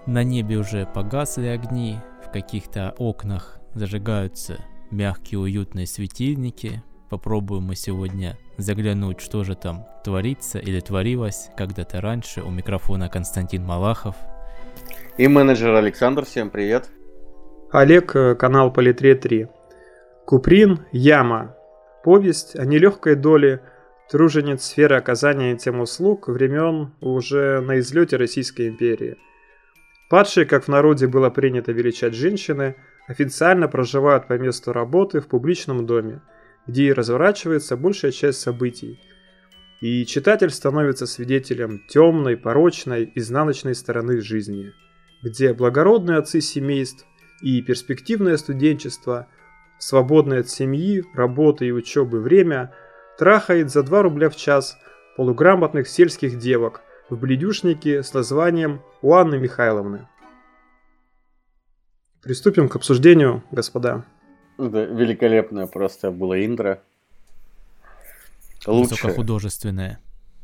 На небе уже погасли огни, в каких-то окнах зажигаются мягкие уютные светильники. Попробуем мы сегодня заглянуть, что же там творится или творилось когда-то раньше. У микрофона Константин Малахов. И менеджер Александр, всем привет. Олег, канал Политре 3. Куприн, Яма. Повесть о нелегкой доле тружениц сферы оказания тем услуг времен уже на излете Российской империи. Падшие, как в народе было принято величать женщины, официально проживают по месту работы в публичном доме, где и разворачивается большая часть событий. И читатель становится свидетелем темной, порочной, изнаночной стороны жизни, где благородные отцы семейств и перспективное студенчество, свободное от семьи, работы и учебы время, трахает за 2 рубля в час полуграмотных сельских девок в бледюшнике с названием у Анны Михайловны. Приступим к обсуждению, господа. Это великолепное просто было интро. Лучшее. Высокохудожественное.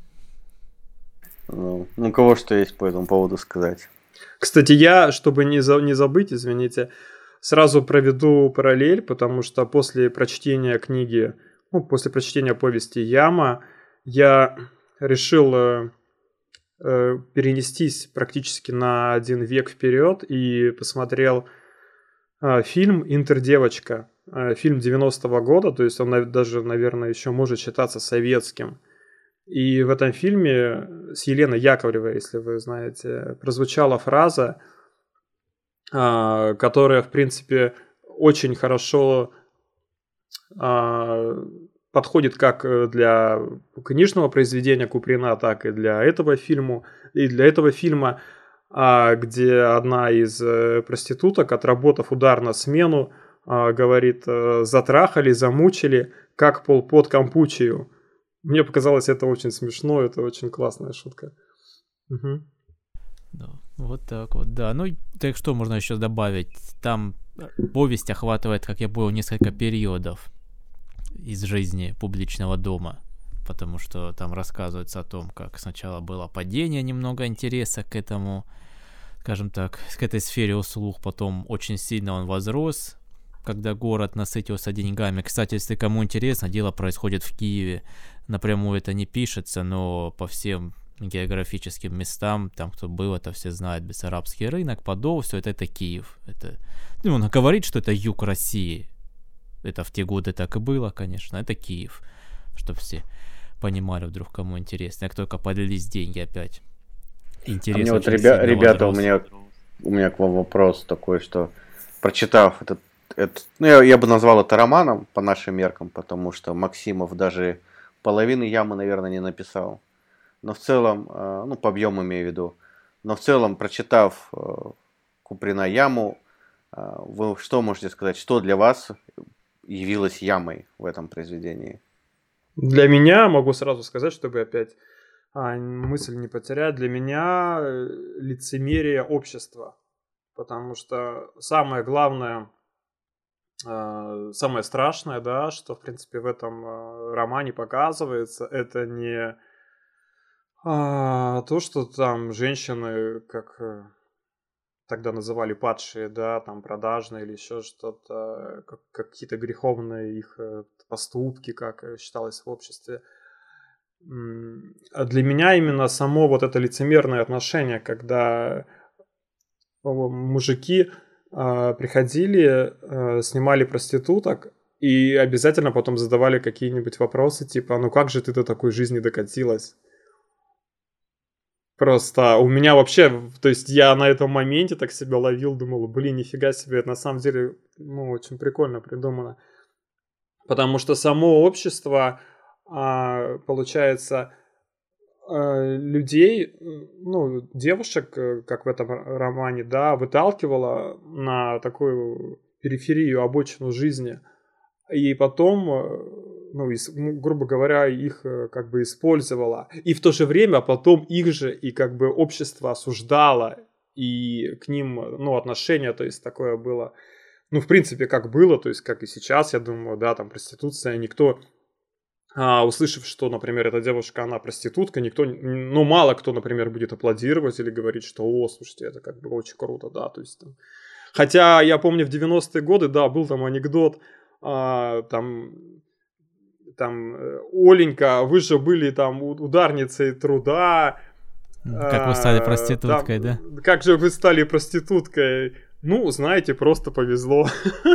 Ну, у кого что есть по этому поводу сказать? Кстати, я, чтобы не забыть, извините, сразу проведу параллель, потому что после прочтения книги, после прочтения повести «Яма», я решил перенестись практически на 1 век вперед и посмотрел фильм «Интердевочка». Фильм 90-го года, то есть он даже, наверное, еще может считаться советским. И в этом фильме с Еленой Яковлевой, если вы знаете, прозвучала фраза, которая, в принципе, очень хорошо подходит как для книжного произведения Куприна, так и для этого фильма, где одна из проституток, отработав удар на смену, говорит: затрахали, замучили, как Пол Пот Кампучию. Мне показалось это очень смешно, это очень классная шутка. Угу. Да, вот так вот, да. Ну, так что можно еще добавить? Там повесть охватывает, как я понял, несколько периодов из жизни публичного дома, потому что там рассказывается о том, как сначала было падение немного интереса к этому, скажем так, к этой сфере услуг, потом очень сильно он возрос, когда город насытился деньгами. Кстати, если кому интересно, дело происходит в Киеве. Напрямую это не пишется, но по всем географическим местам, там кто был, это все знают: Бессарабский рынок, Подол, все это Киев. Это, он говорит, что это юг России. Это в те годы так и было, конечно. Это Киев, чтобы все понимали, вдруг кому интересно. Как только полились деньги опять. Интересно. А мне вот, ребята, у меня к вам вопрос такой, что прочитав этот я бы назвал это романом по нашим меркам, потому что Максимов даже половины Ямы, наверное, не написал. Но в целом, по объему имею в виду, но в целом, прочитав Куприна «Яму», вы что можете сказать, что для вас явилось ямой в этом произведении? Для меня, могу сразу сказать, чтобы опять мысль не потерять, для меня лицемерие общества. Потому что самое главное, самое страшное, да, что в принципе в этом романе показывается, это не то, что там женщины, как тогда называли падшие, да, там продажные или еще что-то, как какие-то греховные их поступки, как считалось в обществе. А для меня именно само вот это лицемерное отношение, когда мужики приходили, снимали проституток и обязательно потом задавали какие-нибудь вопросы, типа: ну как же ты до такой жизни докатилась? Просто у меня вообще, то есть я на этом моменте так себя ловил, думал: блин, нифига себе, это на самом деле, очень прикольно придумано. Потому что само общество, получается, людей, девушек, как в этом романе, да, выталкивало на такую периферию, обочину жизни. И потом, грубо говоря, их как бы использовало. И в то же время потом их же и как бы общество осуждало. И к ним, отношение, то есть такое было, в принципе, как было, то есть как и сейчас, я думаю, да, там проституция, никто услышав, что, например, эта девушка, она проститутка, никто, ну, мало кто, например, будет аплодировать или говорить, что, о, слушайте, это как бы очень круто, да, то есть там. Хотя я помню в 90-е годы, да, был там анекдот, там Оленька, вы же были там ударницей труда. Как вы стали проституткой, да? Как же вы стали проституткой? Ну, знаете, просто повезло.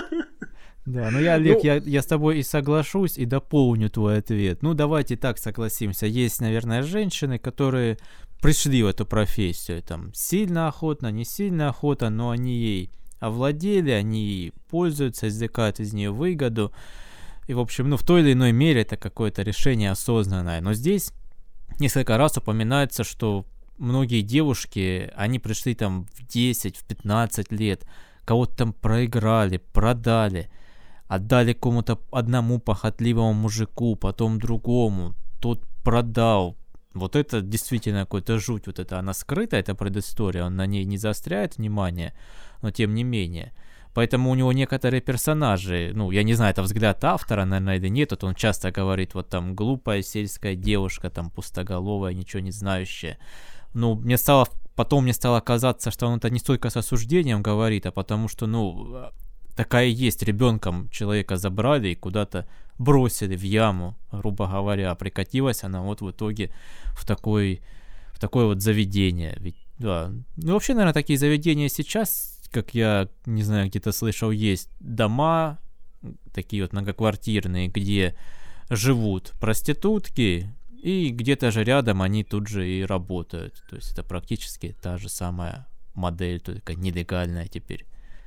Да, ну я, Олег, я с тобой и соглашусь, и дополню твой ответ. Ну, давайте так согласимся. Есть, наверное, женщины, которые пришли в эту профессию. Там сильно охотно, не сильно охотно, но они ей овладели, они ей пользуются, извлекают из нее выгоду. И, в общем, ну, в той или иной мере это какое-то решение осознанное. Но здесь несколько раз упоминается, что многие девушки, они пришли там в 10, в 15 лет, кого-то там проиграли, продали, отдали кому-то одному похотливому мужику, потом другому, тот продал. Вот это действительно какой-то жуть, вот это она скрыта, эта предыстория, он на ней не заостряет внимание, но тем не менее. Поэтому у него некоторые персонажи, ну, я не знаю, это взгляд автора, наверное, или нет, вот он часто говорит, вот там глупая сельская девушка, там пустоголовая, ничего не знающая. Ну, потом мне стало казаться, что он это не столько с осуждением говорит, а потому что, ну, такая есть, ребенком человека забрали и куда-то бросили в яму, грубо говоря, прикатилась она вот в итоге в такое вот заведение. Ведь, да. Ну, вообще, наверное, такие заведения сейчас, как я, не знаю, где-то слышал, есть дома, такие вот многоквартирные, где живут проститутки, и где-то же рядом они тут же и работают. То есть это практически та же самая модель, только нелегальная теперь.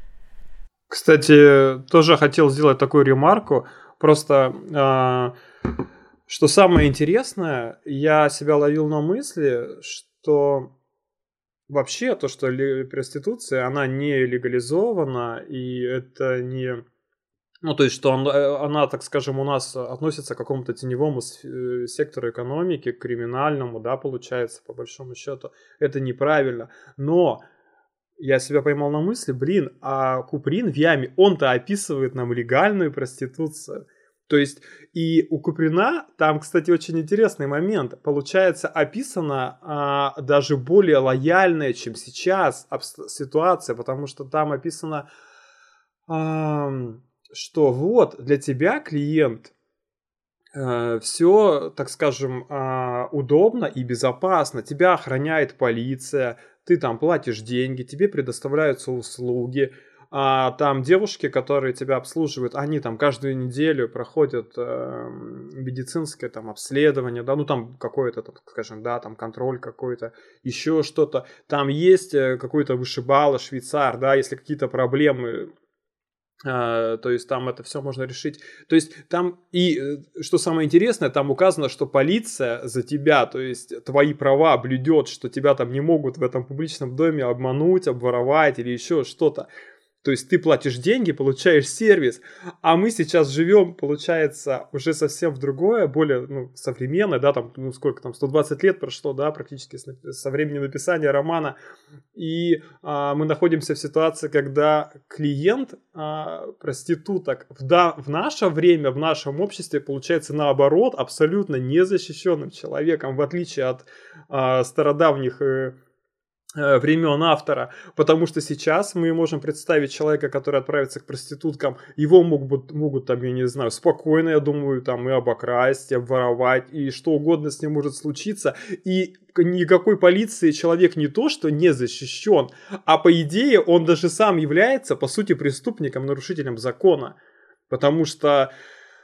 Кстати, тоже хотел сделать такую ремарку. Просто, что самое интересное, я себя ловил на мысли, что вообще то, что проституция, она не легализована, и это не... Ну, то есть, что она, так скажем, у нас относится к какому-то теневому сектору экономики, к криминальному, да, получается, по большому счету. Это неправильно. Но я себя поймал на мысли, а Куприн в яме, он-то описывает нам легальную проституцию. То есть, и у Куприна, там, кстати, очень интересный момент, получается, описана даже более лояльная, чем сейчас ситуация, потому что там описано... что вот для тебя, клиент, все, так скажем, удобно и безопасно. Тебя охраняет полиция, ты там платишь деньги, тебе предоставляются услуги. Там девушки, которые тебя обслуживают, они там каждую неделю проходят медицинское там обследование, да, ну там какое-то, там, скажем, да, там контроль какой-то, еще что-то. Там есть какой-то вышибала, швейцар, да, если какие-то проблемы... То есть там это все можно решить. То есть там, и что самое интересное, там указано, что полиция за тебя, то есть твои права блюдет, что тебя там не могут в этом публичном доме обмануть, обворовать или еще что-то. То есть ты платишь деньги, получаешь сервис, а мы сейчас живем, получается, уже совсем в другое, более современное, да, там, сколько там, 120 лет прошло, да, практически со времени написания романа, и мы находимся в ситуации, когда клиент проституток в наше время, в нашем обществе, получается, наоборот, абсолютно незащищенным человеком, в отличие от стародавних времен автора, потому что сейчас мы можем представить человека, который отправится к проституткам, его могут там, я не знаю, спокойно, я думаю, там и обокрасть, и обворовать, и что угодно с ним может случиться, и никакой полиции человек не то, что не защищен, а по идее он даже сам является, по сути, преступником, нарушителем закона, потому что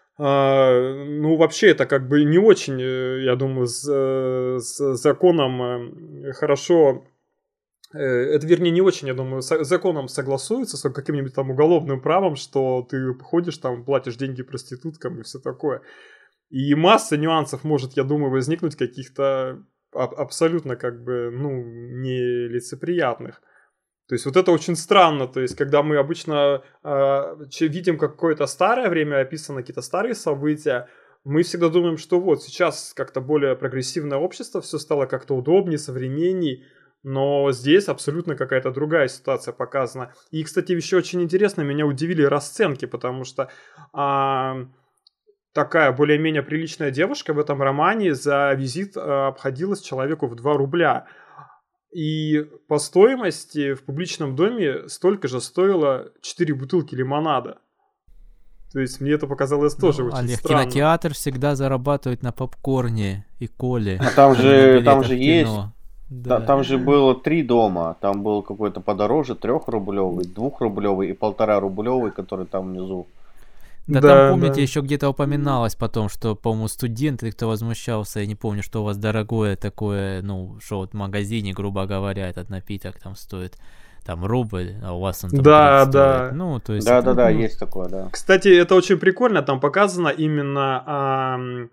вообще это как бы не очень, я думаю, с законом хорошо. Это, вернее, не очень, я думаю, с законом согласуется, с каким-нибудь там уголовным правом, что ты ходишь там, платишь деньги проституткам и все такое. И масса нюансов может, я думаю, возникнуть каких-то абсолютно как бы, нелицеприятных. То есть вот это очень странно, то есть когда мы обычно видим какое-то старое время, описано какие-то старые события, мы всегда думаем, что вот сейчас как-то более прогрессивное общество, все стало как-то удобнее, современней. Но здесь абсолютно какая-то другая ситуация показана. И, кстати, еще очень интересно, меня удивили расценки, потому что там такая более-менее приличная девушка в этом романе за визит обходилась человеку в 2 рубля. И по стоимости в публичном доме столько же стоило 4 бутылки лимонада. То есть мне это показалось тоже очень Олег, странно. кинотеатр всегда зарабатывает на попкорне и коле. А там же есть... Да. Там же было 3 дома. Там был какой-то подороже, 3-рублевый, 2-рублевый и 1,5-рублевый, который там внизу. Да, там, помните, еще где-то упоминалось потом, что, по-моему, студент или кто возмущался, я не помню, что у вас дорогое такое, ну, что вот в магазине, грубо говоря, этот напиток там стоит там рубль, а у вас он там 30 стоит. Ну, то есть... Да, есть такое, да. Кстати, это очень прикольно, там показано именно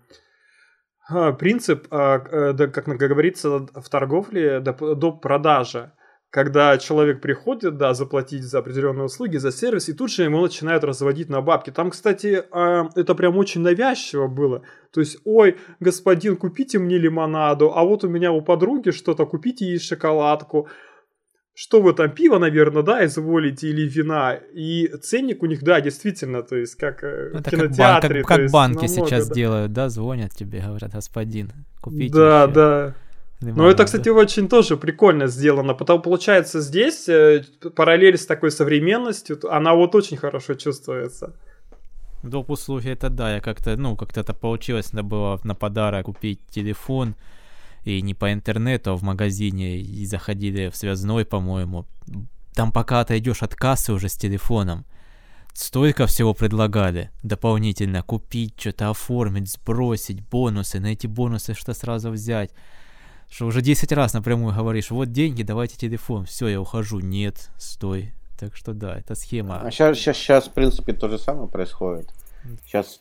принцип, как говорится в торговле, до продажи. Когда человек приходит, заплатить за определенные услуги, за сервис, и тут же ему начинают разводить на бабки. Там, кстати, это прям очень навязчиво было. То есть, ой, господин, купите мне лимонаду, а вот у меня у подруги что-то, купите ей шоколадку. Что вы там, пиво, наверное, изволите, или вина. И ценник у них, действительно, то есть, как в кинотеатре. Как банки сейчас делают, звонят тебе, говорят, господин, купите Да. Ну, это, кстати, очень тоже прикольно сделано, потому получается здесь параллель с такой современностью, она вот очень хорошо чувствуется. Доп. Услуги, это я как-то, как-то это получилось, надо было на подарок купить телефон, и не по интернету, а в магазине, и заходили в связной, по-моему. Там пока ты идешь от кассы уже с телефоном, столько всего предлагали дополнительно, купить, что-то оформить, сбросить, бонусы, на эти бонусы что сразу взять. Что уже 10 раз напрямую говоришь, вот деньги, давайте телефон, все, я ухожу, нет, стой. Так что это схема. А сейчас в принципе, то же самое происходит. Сейчас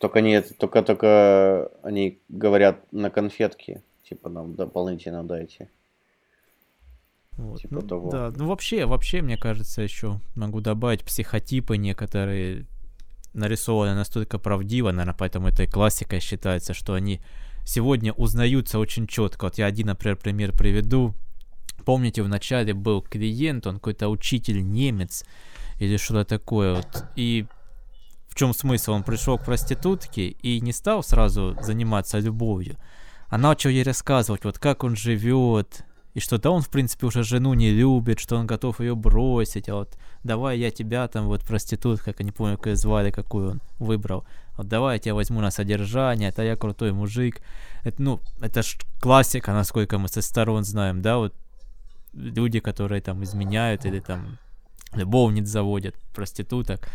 только они говорят на конфетки, типа нам дополнительно дайте. Вот. Типа того. Да, вообще, мне кажется, еще могу добавить, психотипы некоторые нарисованы настолько правдиво, наверное, поэтому это и классикой считается, что они сегодня узнаются очень четко. Вот я один, например, пример приведу. Помните, в начале был клиент, он какой-то учитель немец или что-то такое. Вот. И в чем смысл? Он пришел к проститутке и не стал сразу заниматься любовью, а начал ей рассказывать, вот как он живет, и что он, в принципе, уже жену не любит, что он готов ее бросить, а вот давай я тебя там, вот проститутка, как я не помню, как ее звали, какую он выбрал, вот давай я тебя возьму на содержание, это я крутой мужик. Это ж классика, насколько мы со сторон знаем, вот люди, которые там изменяют или там любовниц заводят, проституток,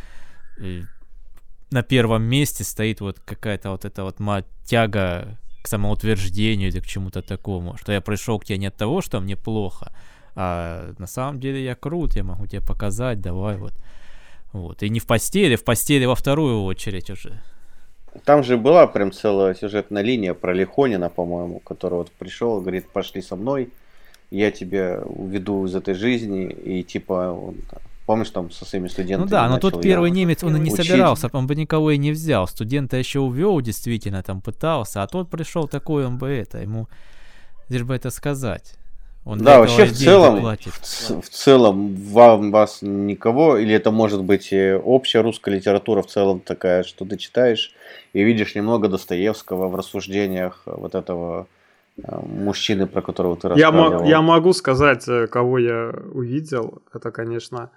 на первом месте стоит вот какая-то вот эта вот тяга к самоутверждению или к чему-то такому, что я пришел к тебе не от того, что мне плохо, а на самом деле я крут, я могу тебе показать, давай вот. И не в постели во вторую очередь уже. Там же была прям целая сюжетная линия про Лихонина, по-моему, который вот пришел и говорит, пошли со мной, я тебя уведу из этой жизни, и типа, помнишь, там со своими студентами. Но тот первый немец, он и не собирался, он бы никого и не взял, студента еще увел, действительно, там пытался, а тот пришел такой, он бы ему, лишь бы это сказать. Он вообще в целом вас никого, или это может быть общая русская литература в целом такая, что ты читаешь и видишь немного Достоевского в рассуждениях вот этого мужчины, про которого ты рассказывал. Я могу сказать, кого я увидел, это, конечно,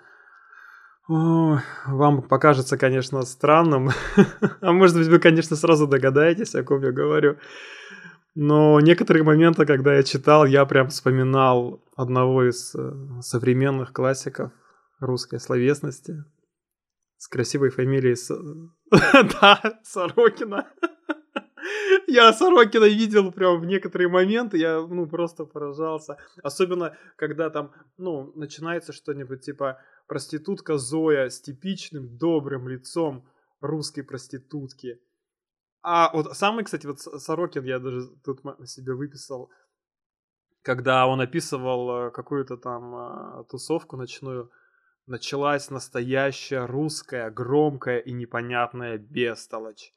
вам покажется, конечно, странным, а может быть вы, конечно, сразу догадаетесь, о ком я говорю. Но некоторые моменты, когда я читал, я прям вспоминал одного из современных классиков русской словесности с красивой фамилией Сорокина. Я Сорокина видел прям в некоторые моменты, я просто поражался. Особенно, когда там, начинается что-нибудь типа проститутка Зоя с типичным добрым лицом русской проститутки. А вот самый, кстати, вот Сорокин, я даже тут себе выписал, когда он описывал какую-то там тусовку ночную, началась настоящая русская, громкая и непонятная бестолочь.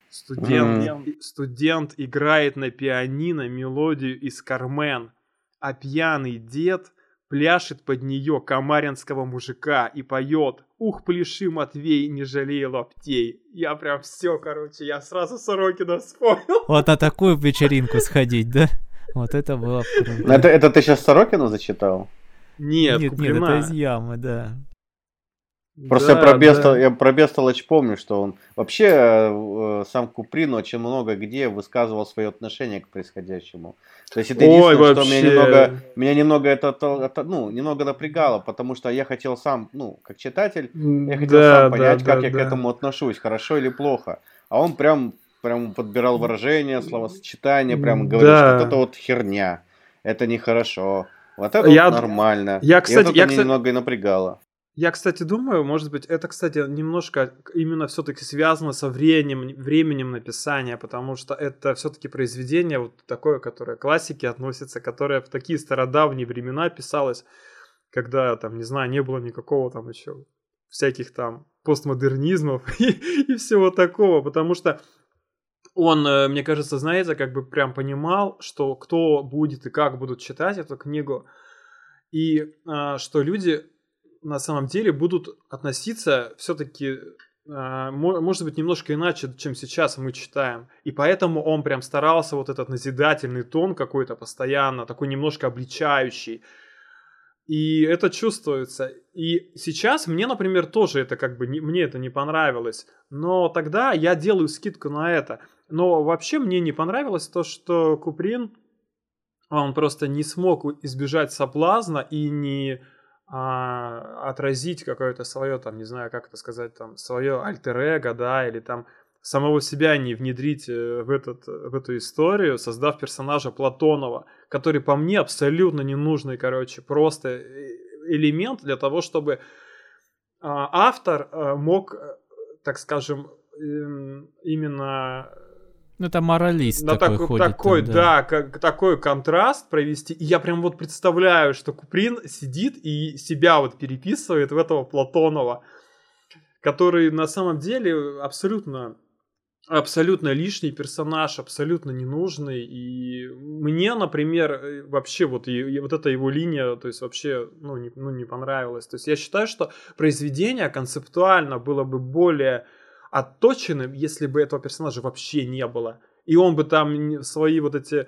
Студент играет на пианино мелодию из «Кармен», а пьяный дед пляшет под нее камаринского мужика и поет: «Ух, пляши, Матвей, не жалей лаптей». Я прям все, короче, я сразу Сорокина вспомнил. Вот на такую вечеринку сходить, да? Вот это было круто. Это ты сейчас Сорокину зачитал? Нет, Нет, это из Ямы, да. Просто я про Бестолочь помню, что он вообще сам Куприн очень много где высказывал свое отношение к происходящему. То есть это единственное, что меня немного это немного напрягало, потому что я хотел сам, как читатель, я хотел сам понять, как я к этому отношусь, хорошо или плохо. А он прям подбирал выражения, словосочетания, прям говорил, что вот это вот херня, это нехорошо, вот это вот нормально. И это меня немного и напрягало. Я, кстати, думаю, может быть, это, кстати, немножко именно все-таки связано со временем написания, потому что это все-таки произведение вот такое, которое к классике относится, которое в такие стародавние времена писалось, когда, там, не знаю, не было никакого там еще всяких там постмодернизмов и всего такого, потому что он, мне кажется, знаете, как бы прям понимал, что кто будет и как будут читать эту книгу, и что люди на самом деле будут относиться все-таки, может быть, немножко иначе, чем сейчас мы читаем. И поэтому он прям старался вот этот назидательный тон какой-то постоянно, такой немножко обличающий. И это чувствуется. И сейчас мне, например, тоже это как бы, мне это не понравилось. Но тогда я делаю скидку на это. Но вообще мне не понравилось то, что Куприн, он просто не смог избежать соблазна и не отразить какое-то свое, там, не знаю, как это сказать, там, свое альтер-эго, да, или там самого себя не внедрить в эту историю, создав персонажа Платонова, который по мне абсолютно ненужный, короче, просто элемент для того, чтобы автор мог, так скажем, именно... Это моралист такой ходит. Такой контраст провести. И я прям вот представляю, что Куприн сидит и себя вот переписывает в этого Платонова, который на самом деле абсолютно лишний персонаж, абсолютно ненужный. И мне, например, вообще вот эта его линия, то есть вообще не понравилась. То есть я считаю, что произведение концептуально было бы более отточенным, если бы этого персонажа вообще не было. И он бы там свои вот эти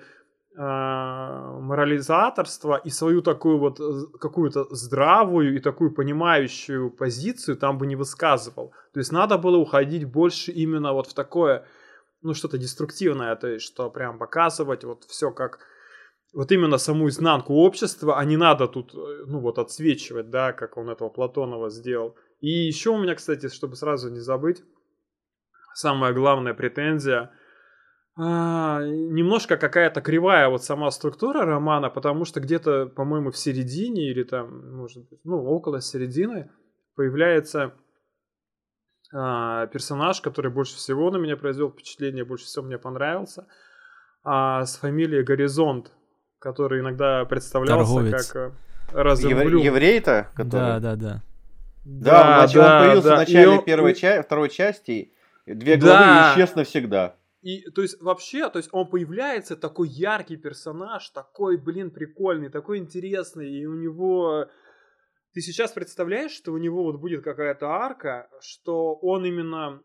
морализаторства и свою такую вот какую-то здравую и такую понимающую позицию там бы не высказывал. То есть надо было уходить больше именно вот в такое, что-то деструктивное, то есть что прям показывать вот все как вот именно саму изнанку общества, а не надо тут, отсвечивать, да, как он этого Платонова сделал. И еще у меня, кстати, чтобы сразу не забыть, самая главная претензия, немножко какая-то кривая вот сама структура романа, потому что где-то, по-моему, в середине или там, может быть, около середины появляется персонаж, который больше всего на меня произвел впечатление, больше всего мне понравился, с фамилией Горизонт, который иногда представлялся Торговец. Как Розенблюм. Еврей-то? Да. Да, он появился в начале второй части, 2 главы и исчез навсегда. И, то есть, он появляется, такой яркий персонаж, такой, прикольный, такой интересный, и у него... Ты сейчас представляешь, что у него вот будет какая-то арка, что он именно,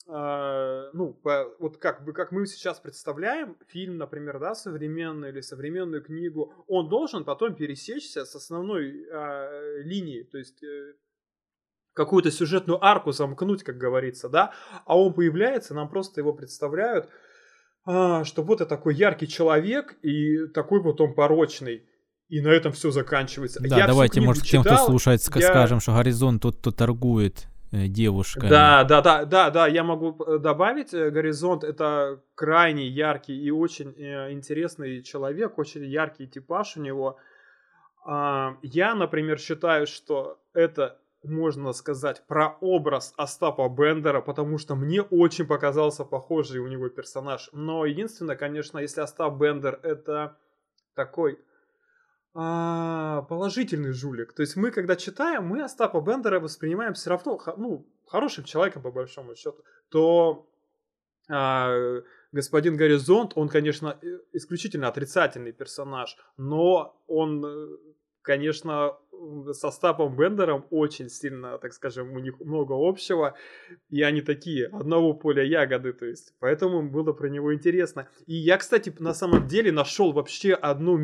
вот как мы сейчас представляем фильм, например, да, современный или современную книгу, он должен потом пересечься с основной линией, то есть... какую-то сюжетную арку замкнуть, как говорится, да, а он появляется, нам просто его представляют, что вот это такой яркий человек, и такой вот он порочный, и на этом все заканчивается. Да, давайте, может, тем, кто слушает, скажем, что Горизонт тут торгует девушками. Да, я могу добавить, Горизонт — это крайне яркий и очень интересный человек, очень яркий типаж у него. Я, например, считаю, что это... можно сказать, прообраз Остапа Бендера, потому что мне очень показался похожий у него персонаж. Но единственное, конечно, если Остап Бендер — это такой положительный жулик. То есть мы, когда читаем, мы Остапа Бендера воспринимаем все равно хорошим человеком, по большому счету. То господин Горизонт, он, конечно, исключительно отрицательный персонаж, но он... конечно, со Стапом Бендером очень сильно, так скажем, у них много общего, и они такие, одного поля ягоды, то есть, поэтому было про него интересно. И я, кстати, на самом деле нашел вообще одну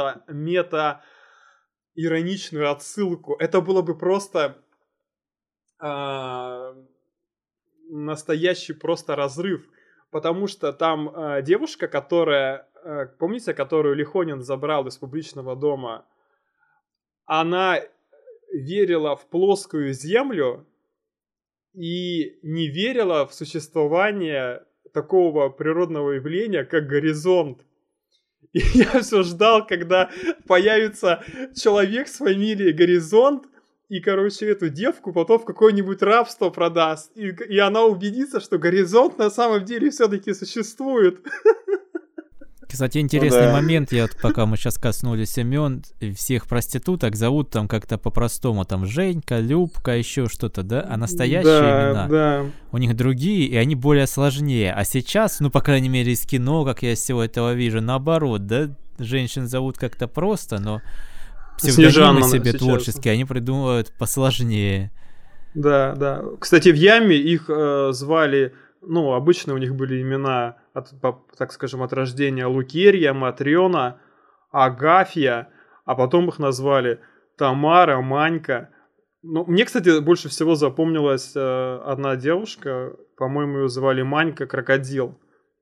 мета-ироничную отсылку. Это было бы просто настоящий просто разрыв, потому что там девушка, которая, помните, которую Лихонин забрал из публичного дома, она верила в плоскую землю и не верила в существование такого природного явления, как горизонт. И я все ждал, когда появится человек с фамилией Горизонт, и, короче, эту девку потом в какое-нибудь рабство продаст. И она убедится, что горизонт на самом деле все-таки существует. Кстати, интересный момент, пока мы сейчас коснулись имен, всех проституток зовут там как-то по-простому, там Женька, Любка, еще что-то, да? А настоящие имена у них другие, и они более сложнее. А сейчас, ну, по крайней мере, из кино, как я из всего этого вижу, наоборот, да? Женщин зовут как-то просто, но псевдонимы себе творческие они придумывают посложнее. Да, да. Кстати, в Яме их звали... Ну, обычно у них были имена, так скажем, от рождения Лукерья, Матрёна, Агафья, а потом их назвали Тамара, Манька. Ну, мне, кстати, больше всего запомнилась одна девушка, по-моему, ее звали Манька Крокодил.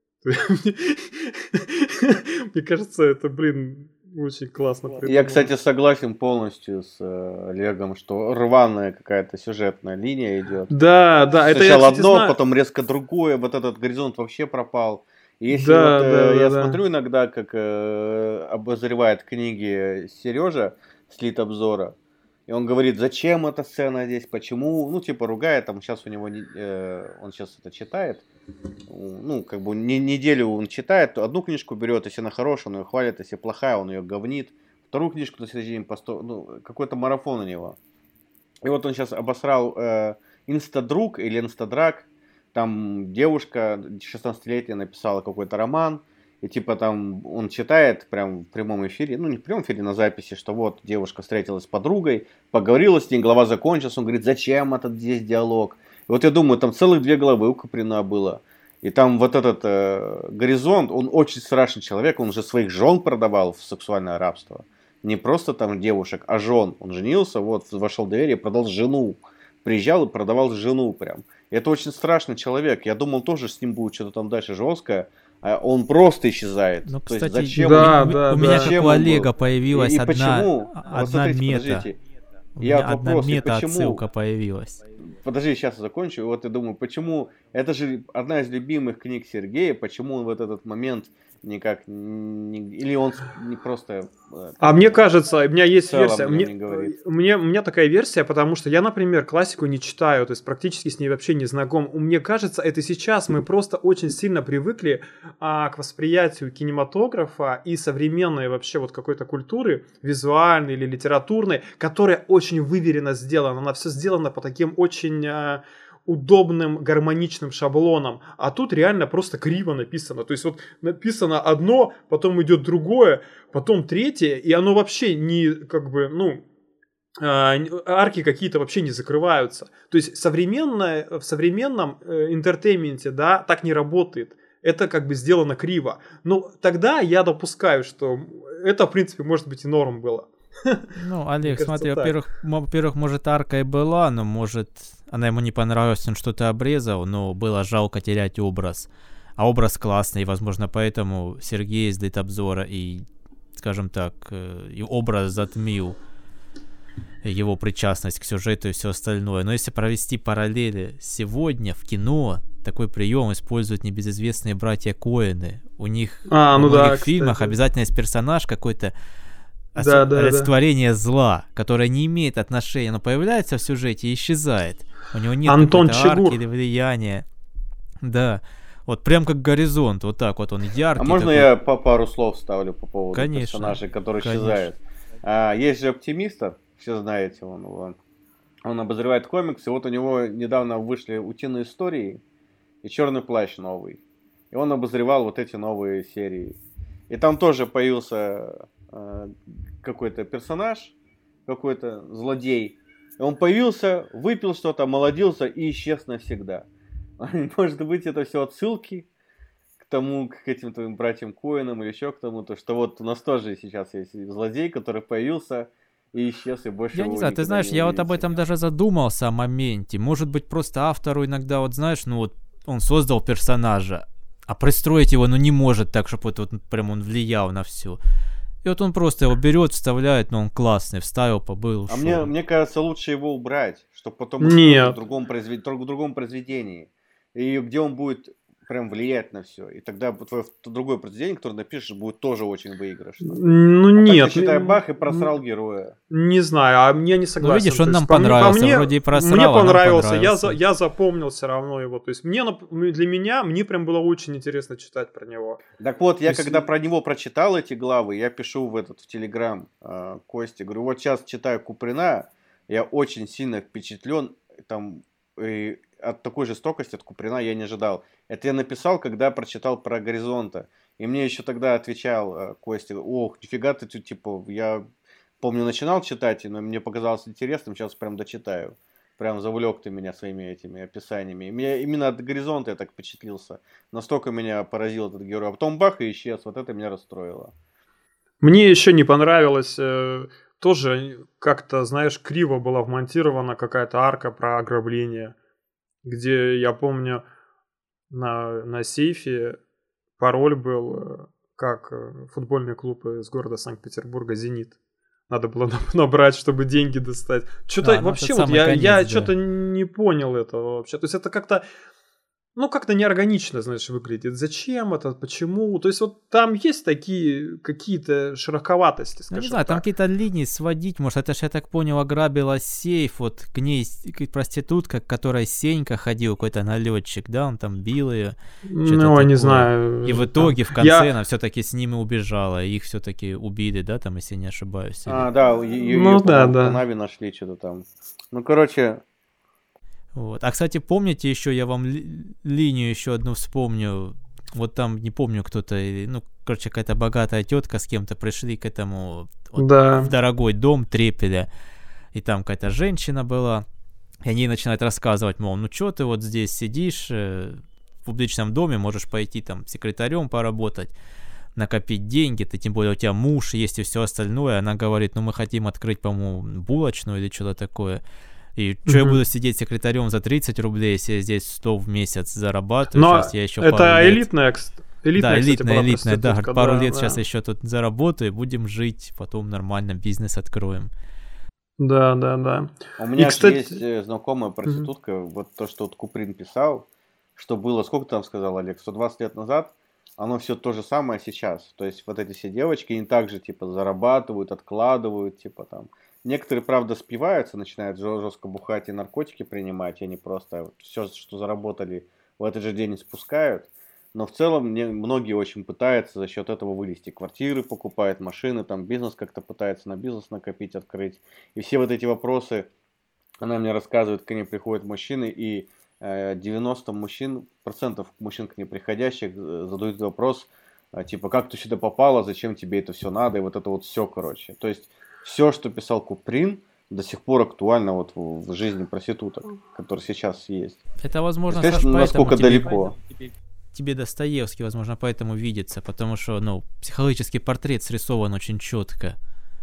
Мне кажется, это, очень классно придумано. Я, кстати, согласен полностью с Олегом, что рваная какая-то сюжетная линия идет. Да, да. Сначала одно, потом резко другое. Вот этот горизонт вообще пропал. И если я смотрю иногда, как обозревает книги Сережа с Литобзора, и он говорит, зачем эта сцена здесь, почему, ну, типа, ругает, там, сейчас у него, он сейчас это читает, ну, как бы, неделю он читает, одну книжку берет, если она хорошая, он ее хвалит, если плохая, он ее говнит, вторую книжку на следующий день, ну, какой-то марафон у него. И вот он сейчас обосрал Инстадруг или Инстадраг, там девушка 16-летняя написала какой-то роман, и типа там он читает прям в прямом эфире, ну не в прямом эфире, на записи, что вот девушка встретилась с подругой, поговорила с ней, глава закончилась, он говорит, зачем этот здесь диалог? И вот я думаю, там целых 2 главы у Куприна было. И там вот этот горизонт, он очень страшный человек, он же своих жен продавал в сексуальное рабство. Не просто там девушек, а жен. Он женился, вот вошел в доверие, продал жену. Приезжал и продавал жену прям. И это очень страшный человек. Я думал, тоже с ним будет что-то там дальше жесткое. А он просто исчезает. Ну, то кстати, есть, зачем у меня как у Олега появилась и одна мета. У меня одна мета-отсылка появилась. Подожди, сейчас я закончу. И вот я думаю, почему... Это же одна из любимых книг Сергея. Почему он в этот момент никак... Или он не просто... А мне кажется, у меня есть версия. У меня такая версия, потому что я, например, классику не читаю, то есть практически с ней вообще не знаком. Мне кажется, это сейчас мы просто очень сильно привыкли к восприятию кинематографа и современной вообще вот какой-то культуры, визуальной или литературной, которая очень выверенно сделана. Она все сделана по таким очень... удобным гармоничным шаблоном, а тут реально просто криво написано. То есть вот написано одно, потом идет другое, потом третье, и оно вообще не как бы, ну, арки какие-то вообще не закрываются. То есть в современном интертейменте, да, так не работает. Это как бы сделано криво. Но тогда я допускаю, что это, в принципе, может быть и норм было. Ну, Олег, смотри, во-первых, может, арка и была, но, может, она ему не понравилась, он что-то обрезал, но было жалко терять образ. А образ классный, и, возможно, поэтому Сергей из Литобзора и, скажем так, и образ затмил его причастность к сюжету и все остальное. Но если провести параллели, сегодня в кино такой прием используют небезызвестные братья Коэны. У них в многих фильмах обязательно есть персонаж какой-то, олицетворение зла, которое не имеет отношения, но появляется в сюжете и исчезает. У него нет Антон какой-то Чигур. арки или влияния. Да. Вот прям как горизонт, вот так вот он яркий. А можно такой... я по пару слов ставлю по поводу Конечно. персонажей, которые исчезают? Есть же Оптимиста, все знаете, он обозревает комиксы, вот у него недавно вышли «Утиные истории» и «Черный плащ» новый. И он обозревал вот эти новые серии. И там тоже появился какой-то персонаж, какой-то злодей. Он появился, выпил что-то, омолодился и исчез навсегда. Может быть, это все отсылки к тому, к этим твоим братьям Коэнам или еще к тому, то что вот у нас тоже сейчас есть злодей, который появился и исчез, и больше Я не знаю, ты знаешь, я вот об этом даже задумался о моменте. Может быть, просто автору иногда, вот знаешь, ну вот он создал персонажа, а пристроить его, ну не может так, чтобы вот прям он влиял на все. И вот он просто его берет, вставляет, но он классный, вставил, побыл, ушел. А мне кажется, лучше его убрать, чтобы потом в другом произведении, и где он будет прям влиять на все. И тогда твое другое произведение, которое напишешь, будет тоже очень выигрышно. Ну нет. Так ты, считай, бах, и просрал героя. Не знаю, а мне не согласен. Ну видишь, он нам понравился, вроде и просрал, мне понравился, понравился. Я запомнил все равно его. То есть для меня, мне прям было очень интересно читать про него. Так вот, я когда про него прочитал эти главы, я пишу в Телеграм Косте, говорю, вот сейчас читаю Куприна, я очень сильно впечатлен, там, от такой жестокости от Куприна я не ожидал. Это я написал, когда прочитал про Горизонта. И мне еще тогда отвечал Костя, ох, нифига ты тут, типа, я помню, начинал читать, но мне показалось интересным, сейчас прям дочитаю. Прям завлек ты меня своими этими описаниями. И меня именно от Горизонта я так впечатлился. Настолько меня поразил этот герой. А потом бах, и исчез. Вот это меня расстроило. Мне еще не понравилось... Тоже как-то, знаешь, криво была вмонтирована какая-то арка про ограбление. Где, я помню, на сейфе пароль был, как футбольный клуб из города Санкт-Петербурга «Зенит». Надо было набрать, чтобы деньги достать. Что-то вообще вот я что-то не понял этого вообще. То есть это как-то, ну, как-то неорганично, знаешь, выглядит. Зачем это? Почему? То есть вот там есть такие какие-то широковатости, скажем так. Не знаю, там какие-то линии сводить, может, это же, я так понял, ограбила сейф, вот к ней проститутка, к которой Сенька ходил, какой-то налетчик, да, он там бил ее. Ну, не знаю. И в итоге, в конце, она все-таки с ними убежала, их все-таки убили, да, там, если не ошибаюсь. Да, ее по Нави нашли что-то там. Ну, короче... Вот. А, кстати, помните еще, я вам линию еще одну вспомню, вот там, не помню, кто-то, ну, короче, какая-то богатая тетка с кем-то пришли к этому вот, в дорогой дом Трепеля, и там какая-то женщина была, и они начинают рассказывать, мол, ну, что ты вот здесь сидишь в публичном доме, можешь пойти там секретарем поработать, накопить деньги, ты тем более у тебя муж есть и все остальное, она говорит, ну, мы хотим открыть, по-моему, булочную или что-то такое. И что я буду сидеть секретарем за 30 рублей, если я здесь 100 в месяц зарабатываю? Но сейчас я еще это элитная, да, элитная, да, пару лет да. Сейчас еще тут заработаю, будем жить, потом нормально бизнес откроем. Да. У меня, кстати... есть знакомая проститутка, вот то, что вот Куприн писал, что было, сколько ты там сказал, Олег, 120 лет назад, оно все то же самое сейчас. То есть вот эти все девочки, они также, типа, зарабатывают, откладывают, типа, там... Некоторые, правда, спиваются, начинают жестко бухать и наркотики принимать, и они просто все, что заработали, в этот же день спускают. Но в целом многие очень пытаются за счет этого вылезти. Квартиры покупают, машины, там бизнес как-то пытается на бизнес накопить, открыть. И все вот эти вопросы, она мне рассказывает, к ней приходят мужчины, и 90% мужчин к ней приходящих задают вопрос, типа, как ты сюда попала, зачем тебе это все надо, и вот это вот все, короче. То есть... Все, что писал Куприн, до сих пор актуально вот в жизни проституток, которые сейчас есть. Это, возможно, насколько далеко. Тебе Достоевский, возможно, поэтому видится, потому что, ну, психологический портрет срисован очень четко.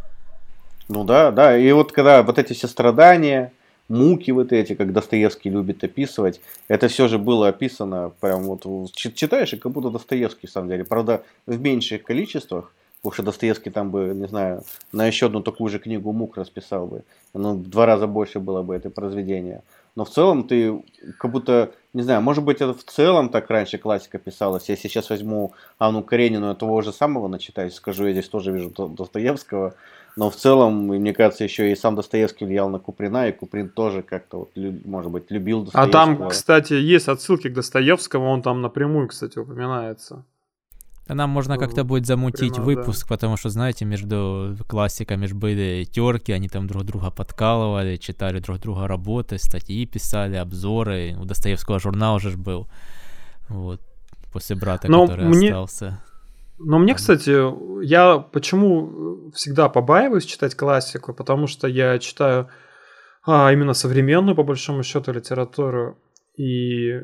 Ну да, и вот когда вот эти все страдания, муки вот эти, как Достоевский любит описывать, это все же было описано, прям вот читаешь, и как будто Достоевский, в самом деле, правда, в меньших количествах. Потому что Достоевский там бы, не знаю, на еще одну такую же книгу мук расписал бы. Ну, в 2 раза больше было бы это произведение. Но в целом ты как будто, не знаю, может быть, это в целом так раньше классика писалась. Я сейчас возьму Анну Каренину, того же самого начитать, скажу, я здесь тоже вижу Достоевского. Но в целом, мне кажется, еще и сам Достоевский влиял на Куприна, и Куприн тоже как-то, вот, может быть, любил Достоевского. А там, кстати, есть отсылки к Достоевскому, он там напрямую, кстати, упоминается. А нам можно как-то будет замутить выпуск, потому что, знаете, между классиками же были терки, они там друг друга подкалывали, читали друг друга работы, статьи писали, обзоры. У Достоевского журнал уже был, вот, после брата, который остался. Но мне, кстати, я почему всегда побаиваюсь читать классику, потому что я читаю именно современную, по большому счету, литературу, и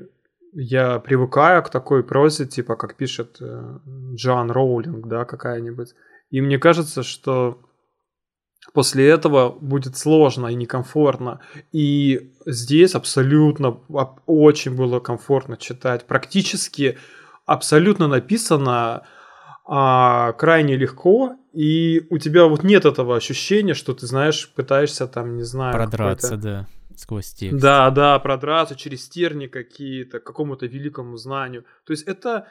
я привыкаю к такой прозе, типа, как пишет Джоан Роулинг, да, какая-нибудь. И мне кажется, что после этого будет сложно и некомфортно. И здесь абсолютно очень было комфортно читать. Практически абсолютно написано крайне легко, и у тебя вот нет этого ощущения, что ты, знаешь, пытаешься там, не знаю... Продраться, да, сквозь текст. Да, продраться через тернии какие-то, к какому-то великому знанию. То есть это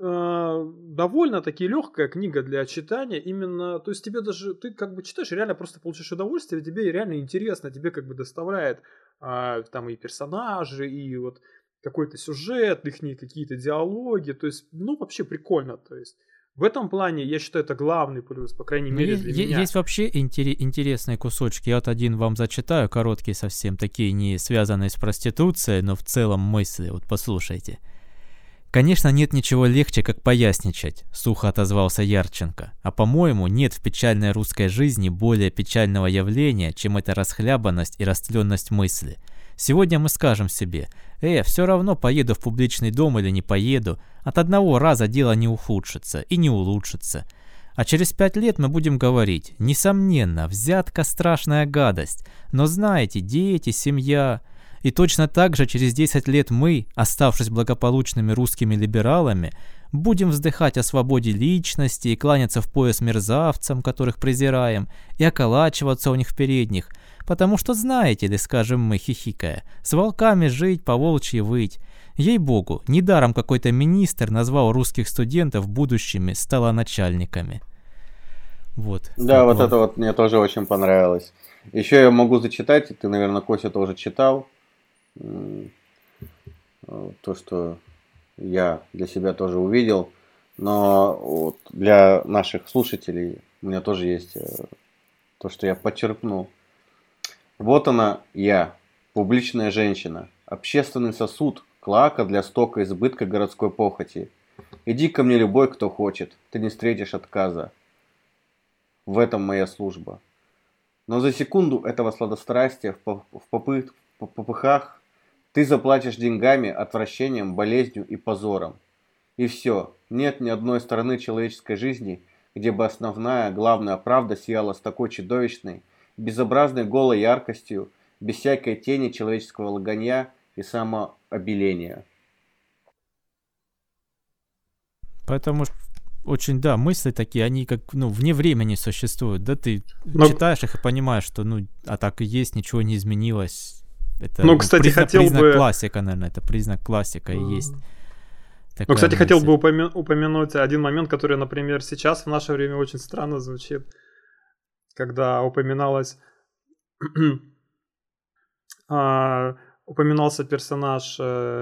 довольно-таки легкая книга для читания, именно, то есть тебе даже, ты как бы читаешь, реально просто получаешь удовольствие, тебе реально интересно, тебе как бы доставляет там и персонажи, и вот какой-то сюжет, их какие-то диалоги, то есть, ну, вообще прикольно, то есть. В этом плане, я считаю, это главный плюс, по крайней мере, для меня. Есть вообще интересные кусочки. Я вот один вам зачитаю, короткие совсем, такие не связанные с проституцией, но в целом мысли. Вот послушайте. «Конечно, нет ничего легче, как поясничать», — сухо отозвался Ярченко. «А по-моему, нет в печальной русской жизни более печального явления, чем эта расхлябанность и растленность мысли. Сегодня мы скажем себе: все равно поеду в публичный дом или не поеду, от одного раза дело не ухудшится и не улучшится. А через 5 лет мы будем говорить: несомненно, взятка страшная гадость, но знаете, дети, семья. И точно так же через 10 лет мы, оставшись благополучными русскими либералами, будем вздыхать о свободе личности и кланяться в пояс мерзавцам, которых презираем, и околачиваться у них в передних, потому что, знаете ли, скажем мы, хихикая, с волками жить, по-волчьи выть. Ей-богу, недаром какой-то министр назвал русских студентов будущими столоначальниками». Вот. Да, вот это вот мне тоже очень понравилось. Еще я могу зачитать, ты, наверное, Костя тоже читал, то, что я для себя тоже увидел, но вот для наших слушателей у меня тоже есть то, что я подчеркнул. Вот она, я, публичная женщина, общественный сосуд, клоака для стока избытка городской похоти. Иди ко мне любой, кто хочет, ты не встретишь отказа. В этом моя служба. Но за секунду этого сладострастия в попыхах ты заплатишь деньгами, отвращением, болезнью и позором. И все, нет ни одной стороны человеческой жизни, где бы основная, главная правда сияла с такой чудовищной, безобразной голой яркостью, без всякой тени человеческого логанья и самообеления. Поэтому очень, да, мысли такие, они как, вне времени существуют, да, ты читаешь их и понимаешь, что, а так и есть, ничего не изменилось. Это, кстати, признак классика, наверное, это признак классика и есть. Кстати, хотел бы упомянуть один момент, который, например, сейчас в наше время очень странно звучит, когда упоминался персонаж,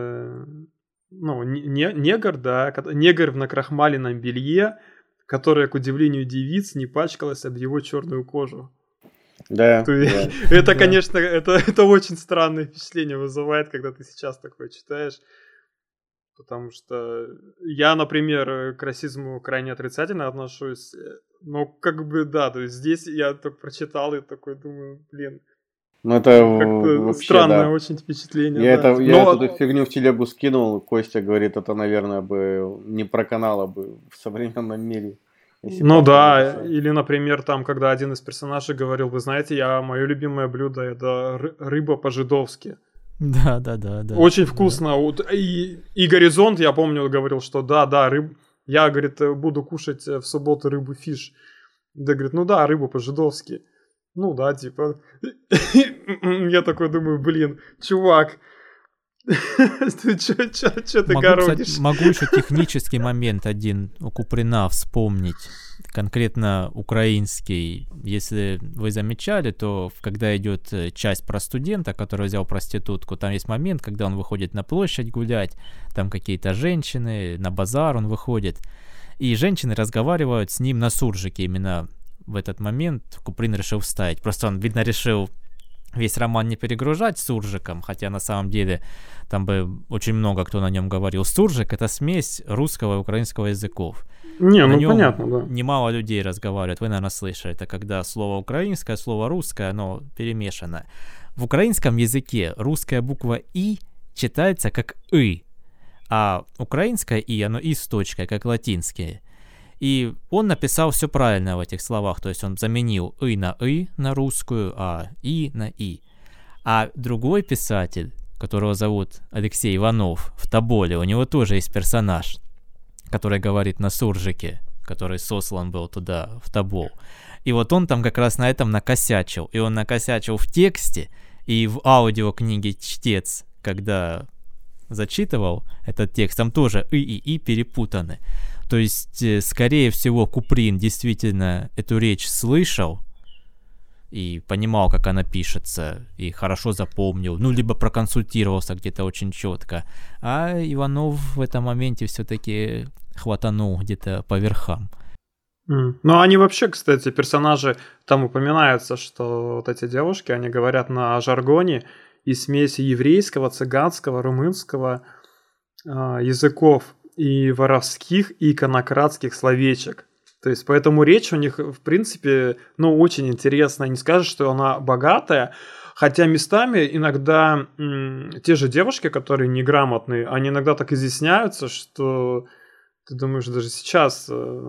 негр, да, негр в накрахмаленном белье, которая, к удивлению девиц, не пачкалась об его черную кожу. Да. Это, конечно, это очень странное впечатление вызывает, когда ты сейчас такое читаешь. Потому что я, например, к расизму крайне отрицательно отношусь. Но как бы да, то есть здесь я только прочитал и такой думаю, блин. Ну это как-то вообще, странное да. очень впечатление. Я да. эту фигню в телегу скинул. Костя говорит, это, наверное, бы не проканало бы в современном мире. Ну да, или, например, там, когда один из персонажей говорил, вы знаете, мое любимое блюдо это рыба по-жидовски. Да. Очень вкусно. Да. И Горизонт, я помню, говорил, что да, я, говорит, буду кушать в субботу рыбу фиш. Да, говорит, рыбу по-жидовски. Ну да, типа. Я такой думаю, блин, чувак, ты чё ты городишь? Могу еще технический момент один у Куприна вспомнить, конкретно украинский. Если вы замечали, то когда идет часть про студента, который взял проститутку, там есть момент, когда он выходит на площадь гулять, там какие-то женщины, на базар он выходит, и женщины разговаривают с ним на суржике. Именно в этот момент Куприн решил вставить. Просто он, видно, решил весь роман не перегружать суржиком, хотя на самом деле там бы очень много кто на нем говорил. Суржик — это смесь русского и украинского языков. Не, На ну нем понятно, да. немало людей разговаривают. Вы, наверное, слышали. Это когда слово украинское, слово русское, оно перемешано. В украинском языке русская буква «и» читается как «ы», а украинское «и», оно «и» с точкой, как латинское. И он написал все правильно в этих словах, то есть он заменил «и» на русскую, а «и» на «и». А другой писатель, которого зовут Алексей Иванов, в Тоболе, у него тоже есть персонаж, который говорит на суржике, который сослан был туда, в Тобол. И вот он там как раз на этом накосячил. И он накосячил в тексте, и в аудиокниге «Чтец», когда зачитывал этот текст, там тоже «и» перепутаны. То есть, скорее всего, Куприн действительно эту речь слышал и понимал, как она пишется, и хорошо запомнил, ну, либо проконсультировался где-то очень четко. А Иванов в этом моменте все-таки хватанул где-то по верхам. Ну, они вообще, кстати, персонажи, там упоминаются, что вот эти девушки, они говорят на жаргоне и смеси еврейского, цыганского, румынского языков и воровских, и иконократских словечек. То есть, поэтому речь у них, в принципе, ну, очень интересная. Не скажешь, что она богатая, хотя местами иногда те же девушки, которые неграмотные, они иногда так изъясняются, что ты думаешь, даже сейчас,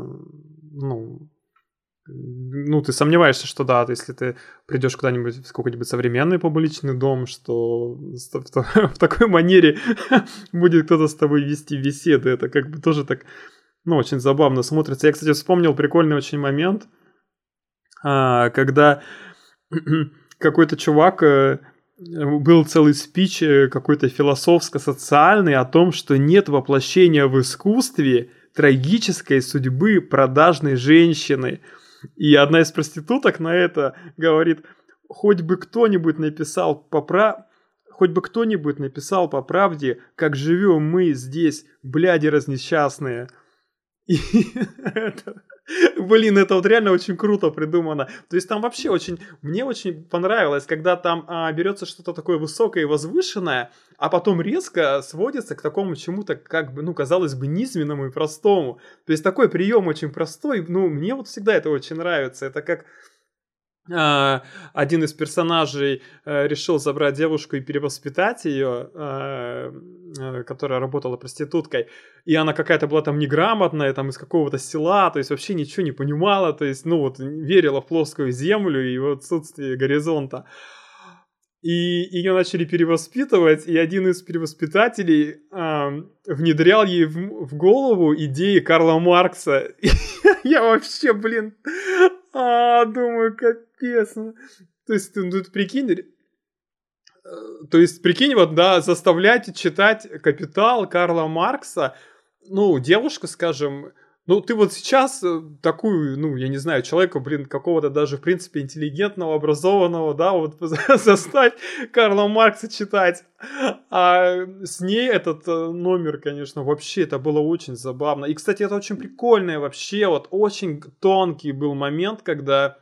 ты сомневаешься, что да, если ты придешь куда-нибудь в какой-нибудь современный публичный дом, что в такой манере будет кто-то с тобой вести беседы. Это как бы тоже так, очень забавно смотрится. Я, кстати, вспомнил прикольный очень момент, когда какой-то чувак, был целый спич какой-то философско-социальный о том, что нет воплощения в искусстве трагической судьбы продажной женщины. И одна из проституток на это говорит: хоть бы кто-нибудь написал по правде, как живем мы здесь, бляди разнесчастные. И это вот реально очень круто придумано. То есть там вообще мне очень понравилось, когда там берется что-то такое высокое и возвышенное, а потом резко сводится к такому чему-то, как бы, казалось бы, низменному и простому. То есть такой прием очень простой, мне вот всегда это очень нравится. Это как один из персонажей решил забрать девушку и перевоспитать ее, которая работала проституткой, и она какая-то была там неграмотная, там из какого-то села, то есть вообще ничего не понимала, то есть, верила в плоскую землю и в отсутствие горизонта. И ее начали перевоспитывать, и один из перевоспитателей внедрял ей в голову идеи Карла Маркса. И я вообще, думаю, капец. То есть, прикинь, вот, да, заставлять читать «Капитал» Карла Маркса, девушка, скажем, ты вот сейчас такую, я не знаю, человека, какого-то даже, в принципе, интеллигентного, образованного, да, вот заставь Карла Маркса читать. А с ней этот номер, конечно, вообще это было очень забавно. И, кстати, это очень прикольное вообще, вот очень тонкий был момент, когда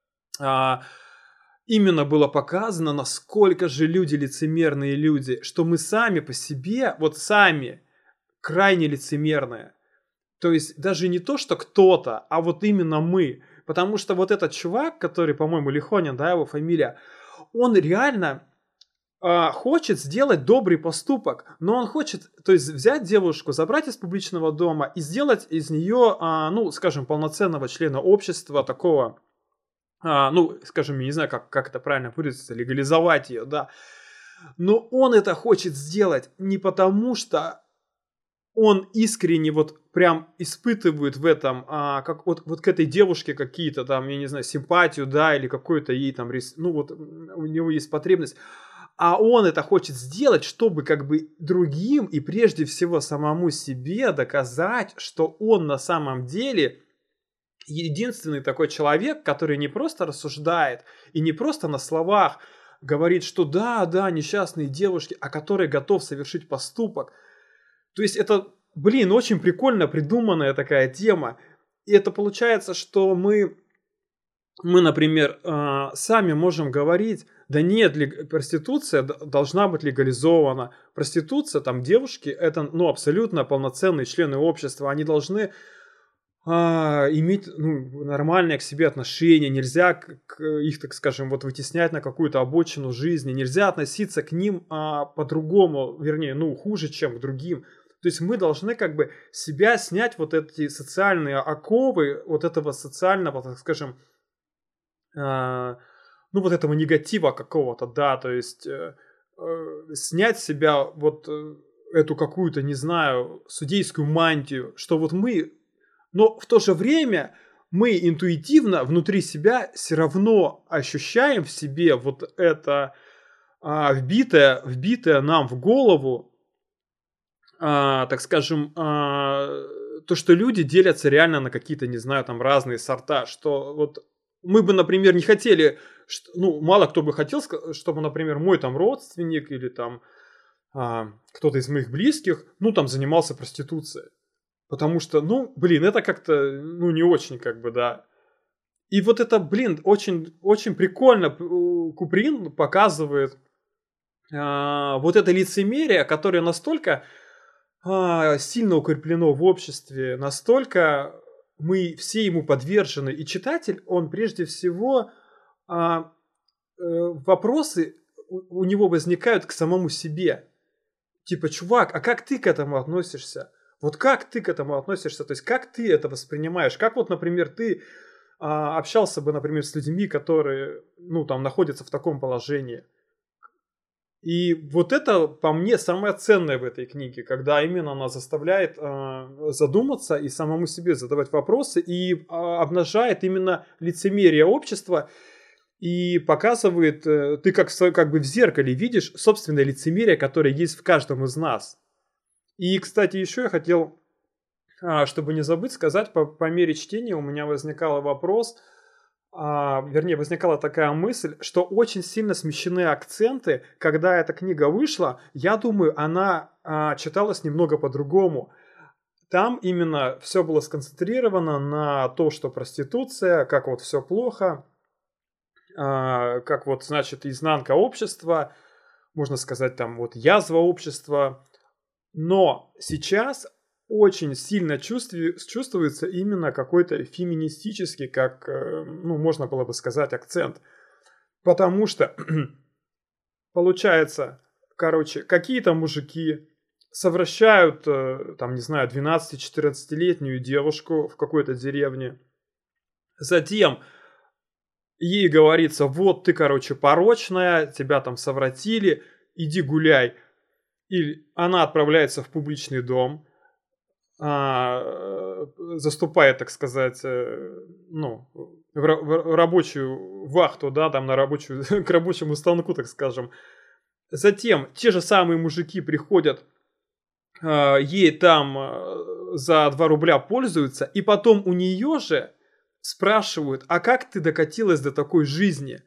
именно было показано, насколько же люди лицемерные люди, что мы сами по себе, вот сами крайне лицемерные. То есть даже не то, что кто-то, а вот именно мы. Потому что вот этот чувак, который, по-моему, Лихонин, да, его фамилия, он реально хочет сделать добрый поступок. Но он хочет, то есть взять девушку, забрать из публичного дома и сделать из нее, скажем, полноценного члена общества, такого, скажем, я не знаю, как это правильно выразиться, легализовать ее, да. Но он это хочет сделать не потому, что он искренне вот прям испытывает в этом, как вот к этой девушке какие-то там, я не знаю, симпатию, да, или какой-то ей там, у него есть потребность, а он это хочет сделать, чтобы как бы другим и прежде всего самому себе доказать, что он на самом деле единственный такой человек, который не просто рассуждает и не просто на словах говорит, что да, несчастные девушки, а который готов совершить поступок. То есть это, очень прикольно придуманная такая тема. И это получается, что мы например, сами можем говорить, да нет, проституция должна быть легализована. Проституция, там девушки, это абсолютно полноценные члены общества. Они должны иметь нормальное к себе отношение, нельзя их, так скажем, вот вытеснять на какую-то обочину жизни, нельзя относиться к ним по-другому, вернее, хуже, чем к другим. То есть мы должны как бы себя снять вот эти социальные оковы, вот этого социального, так скажем, вот этого негатива какого-то, да, то есть снять с себя вот эту какую-то, не знаю, судейскую мантию, что вот мы, но в то же время мы интуитивно внутри себя все равно ощущаем в себе вот это вбитое нам в голову, так скажем, то, что люди делятся реально на какие-то, не знаю, там разные сорта, что вот мы бы, например, не хотели, мало кто бы хотел, чтобы, например, мой там родственник или там кто-то из моих близких, там занимался проституцией. Потому что, это как-то, не очень, как бы, да. И вот это, очень, очень прикольно Куприн показывает вот это лицемерие, которое настолько сильно укреплено в обществе, настолько мы все ему подвержены. И читатель, он прежде всего, вопросы у него возникают к самому себе. Типа, чувак, а как ты к этому относишься? Вот как ты к этому относишься? То есть, как ты это воспринимаешь? Как вот, например, ты общался бы, например, с людьми, которые, там, находятся в таком положении? И вот это, по мне, самое ценное в этой книге, когда именно она заставляет задуматься и самому себе задавать вопросы, и обнажает именно лицемерие общества, и показывает, ты как бы в зеркале видишь собственное лицемерие, которое есть в каждом из нас. И, кстати, еще я хотел, чтобы не забыть сказать, по мере чтения у меня возникал вопрос, возникала такая мысль, что очень сильно смещены акценты. Когда эта книга вышла, я думаю, она читалась немного по-другому. Там именно все было сконцентрировано на том, что проституция, как вот все плохо, как вот, значит, изнанка общества, можно сказать, там вот язва общества. Но сейчас очень сильно чувствуется именно какой-то феминистический, как, можно было бы сказать, акцент. Потому что, получается, какие-то мужики совращают, там, не знаю, 12-14-летнюю девушку в какой-то деревне. Затем ей говорится, вот ты, порочная, тебя там совратили, иди гуляй. И она отправляется в публичный дом, заступает, так сказать, в рабочую вахту, да, там к рабочему станку, так скажем. Затем те же самые мужики приходят, ей там за 2 рубля пользуются, и потом у нее же спрашивают, а как ты докатилась до такой жизни?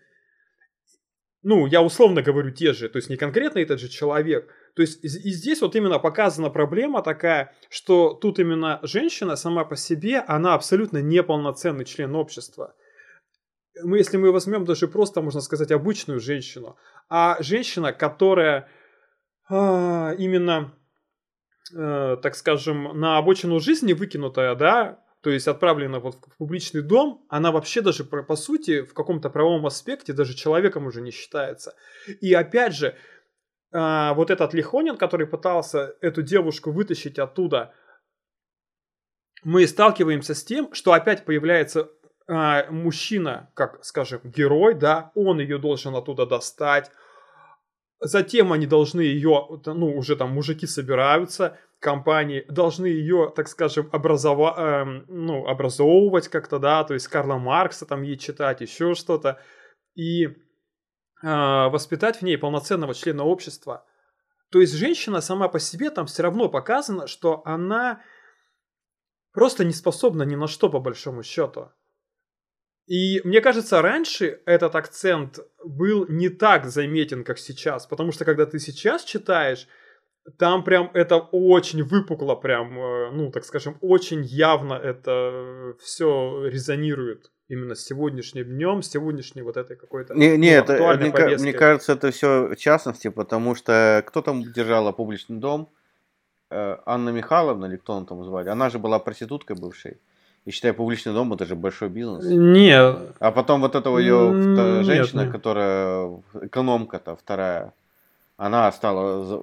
Я условно говорю те же, то есть не конкретно этот же человек. То есть и здесь вот именно показана проблема такая, что тут именно женщина сама по себе, она абсолютно неполноценный член общества. Если мы возьмем даже просто, можно сказать, обычную женщину, а женщина, которая именно, так скажем, на обочину жизни выкинутая, да, то есть отправлена вот в публичный дом, она вообще даже по сути в каком-то правовом аспекте даже человеком уже не считается. И опять же, вот этот Лихонин, который пытался эту девушку вытащить оттуда, мы сталкиваемся с тем, что опять появляется мужчина, как, скажем, герой, да, он ее должен оттуда достать. Затем они должны ее, уже там мужики собираются, компании, должны ее, так скажем, образовывать как-то, да, то есть Карла Маркса там ей читать, еще что-то, и воспитать в ней полноценного члена общества. То есть женщина сама по себе там все равно показана, что она просто не способна ни на что по большому счету. И мне кажется, раньше этот акцент был не так заметен, как сейчас, потому что когда ты сейчас читаешь, там прям это очень выпукло, прям, так скажем, очень явно это все резонирует именно с сегодняшним днем, с сегодняшней вот этой какой-то актуальной повесткой. Мне кажется, это все в частности, потому что кто там держала публичный дом? Анна Михайловна, или кто он там звали? Она же была проституткой бывшей. И считай, публичный дом это же большой бизнес. Не, А потом вот эта ее нет, женщина, нет. которая экономка-то вторая, она стала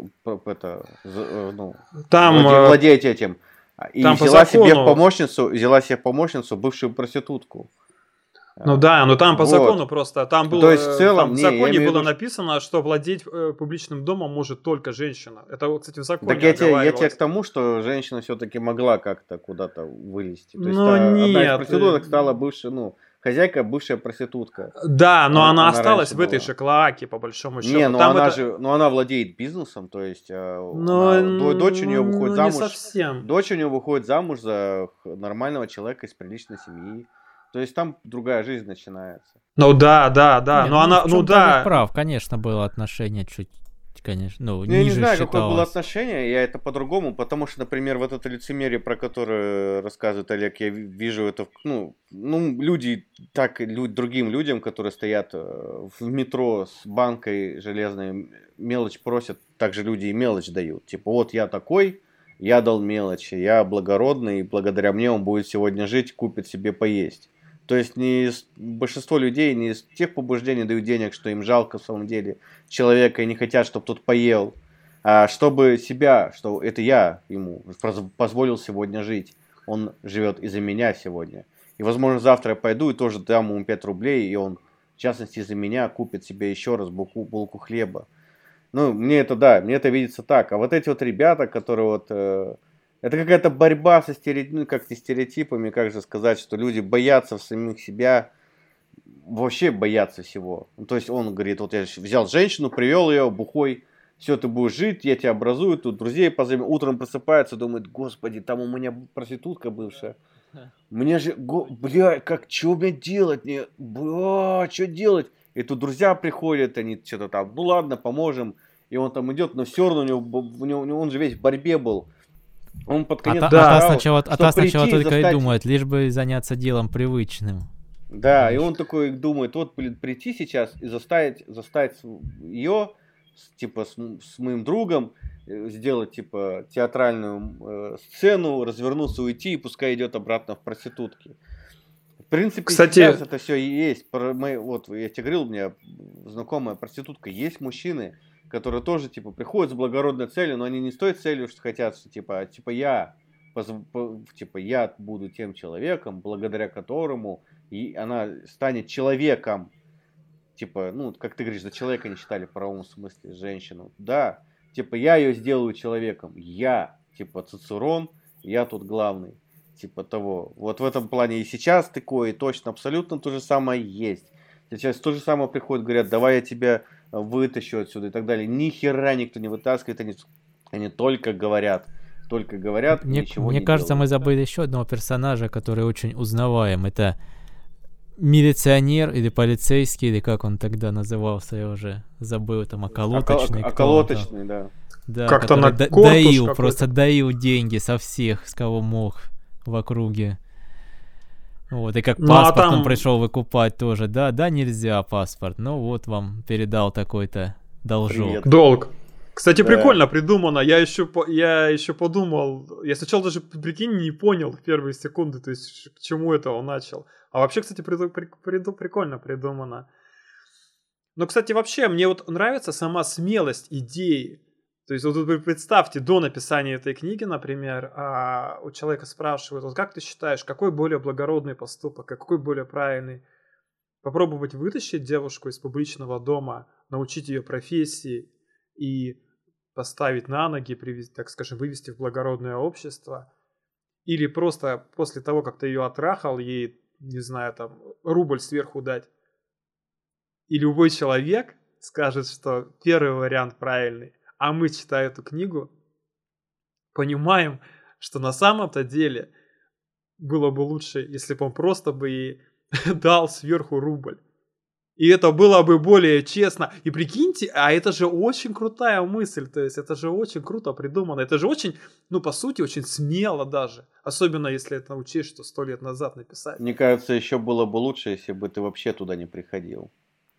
Там, владеть этим. И там по взяла себе закону, помощницу бывшую проститутку. ну да, но там по Вот. закону просто, там То есть в целом, там в не, я законе имею в было виду, написано, что владеть публичным домом может только женщина. Это, кстати, в законе так я тебе оговаривалось. к тому, что женщина все-таки могла как-то куда-то вылезти. То есть Но одна из нет. проституток стала бывшей, хозяйка, бывшая проститутка. Да, но она осталась раньше в этой была. же клоаке, по большому счету. Не, Там она владеет бизнесом, то есть дочь у нее выходит не замуж. совсем. Дочь у нее выходит замуж за нормального человека из приличной семьи. То есть там другая жизнь начинается. Ну да, Не, но она, в ну чём-то да. Олег прав, конечно, было отношение чуть, конечно, Я ниже не знаю, какое было считалось. отношение, я это по-другому, потому что, например, вот это лицемерие, про которое рассказывает Олег, я вижу это, люди, другим людям, которые стоят в метро с банкой железной, мелочь просят, также люди и мелочь дают. Типа, вот я такой, я дал мелочь, я благородный, и благодаря мне он будет сегодня жить, купит себе поесть. То есть большинство людей не из тех побуждений дают денег, что им жалко в самом деле человека и не хотят, чтобы тот поел, а чтобы себя, что это я ему позволил сегодня жить. Он живет из-за меня сегодня. И, возможно, завтра я пойду и тоже дам ему 5 рублей, и он, в частности, из-за меня купит себе еще раз булку хлеба. Мне это видится так. А вот эти вот ребята, которые это какая-то борьба со стереотипами, как же сказать, что люди боятся в самих себя, вообще боятся всего. То есть он говорит, вот я взял женщину, привел ее бухой, все, ты будешь жить, я тебя образую, тут друзей позовем, утром просыпается, думает, господи, там у меня проститутка бывшая. Мне же, что мне делать? Что делать? И тут друзья приходят, они что-то там, ладно, поможем. И он там идет, но все равно у него он же весь в борьбе был. Он под конец та сначала только и и думает, лишь бы заняться делом привычным. Да, и он такой думает, прийти сейчас и заставить ее, типа, с моим другом, сделать, типа, театральную сцену, развернуться, уйти, и пускай идет обратно в проститутки. В принципе, кстати, сейчас это все и есть. Я тебе говорил, у меня знакомая проститутка, есть мужчины, которые тоже, типа, приходят с благородной целью, но они не с той целью, что хотят, что, я буду тем человеком, благодаря которому и она станет человеком. Типа, как ты говоришь, за человека не считали в правом смысле женщину. Да, типа, я ее сделаю человеком. Я, типа, Цицерон, я тут главный. Типа того. Вот в этом плане и сейчас такое, и точно абсолютно то же самое есть. Сейчас то же самое приходит, говорят, давай я тебя вытащу отсюда и так далее. Ни хера никто не вытаскивает, они только говорят. Ничего не делают. Мне кажется, мы забыли еще одного персонажа, который очень узнаваем. Это милиционер или полицейский, или как он тогда назывался, я уже забыл, там, околоточный. Околоточный, да. Да, как-то который просто доил деньги со всех, с кого мог в округе. Вот, и как паспорт он пришел выкупать тоже. Да, нельзя паспорт. Ну вот вам передал такой-то должок. Привет. Долг. Кстати, прикольно придумано. Я еще подумал. Я сначала даже, прикинь, не понял в первые секунды, то есть к чему это он начал. А вообще, кстати, прикольно придумано. Но, кстати, вообще, мне вот нравится сама смелость идеи. То есть, вот вы представьте, до написания этой книги, например, у человека спрашивают, вот как ты считаешь, какой более благородный поступок, какой более правильный? Попробовать вытащить девушку из публичного дома, научить ее профессии и поставить на ноги, так скажем, вывести в благородное общество? Или просто после того, как ты ее оттрахал, ей, не знаю, там, рубль сверху дать? И любой человек скажет, что первый вариант правильный. А мы, читая эту книгу, понимаем, что на самом-то деле было бы лучше, если бы он просто бы ей дал сверху рубль. И это было бы более честно. И прикиньте, а это же очень крутая мысль. То есть это же очень круто придумано. Это же очень, по сути, очень смело даже. Особенно если это учесть, что 100 лет назад написали. Мне кажется, еще было бы лучше, если бы ты вообще туда не приходил.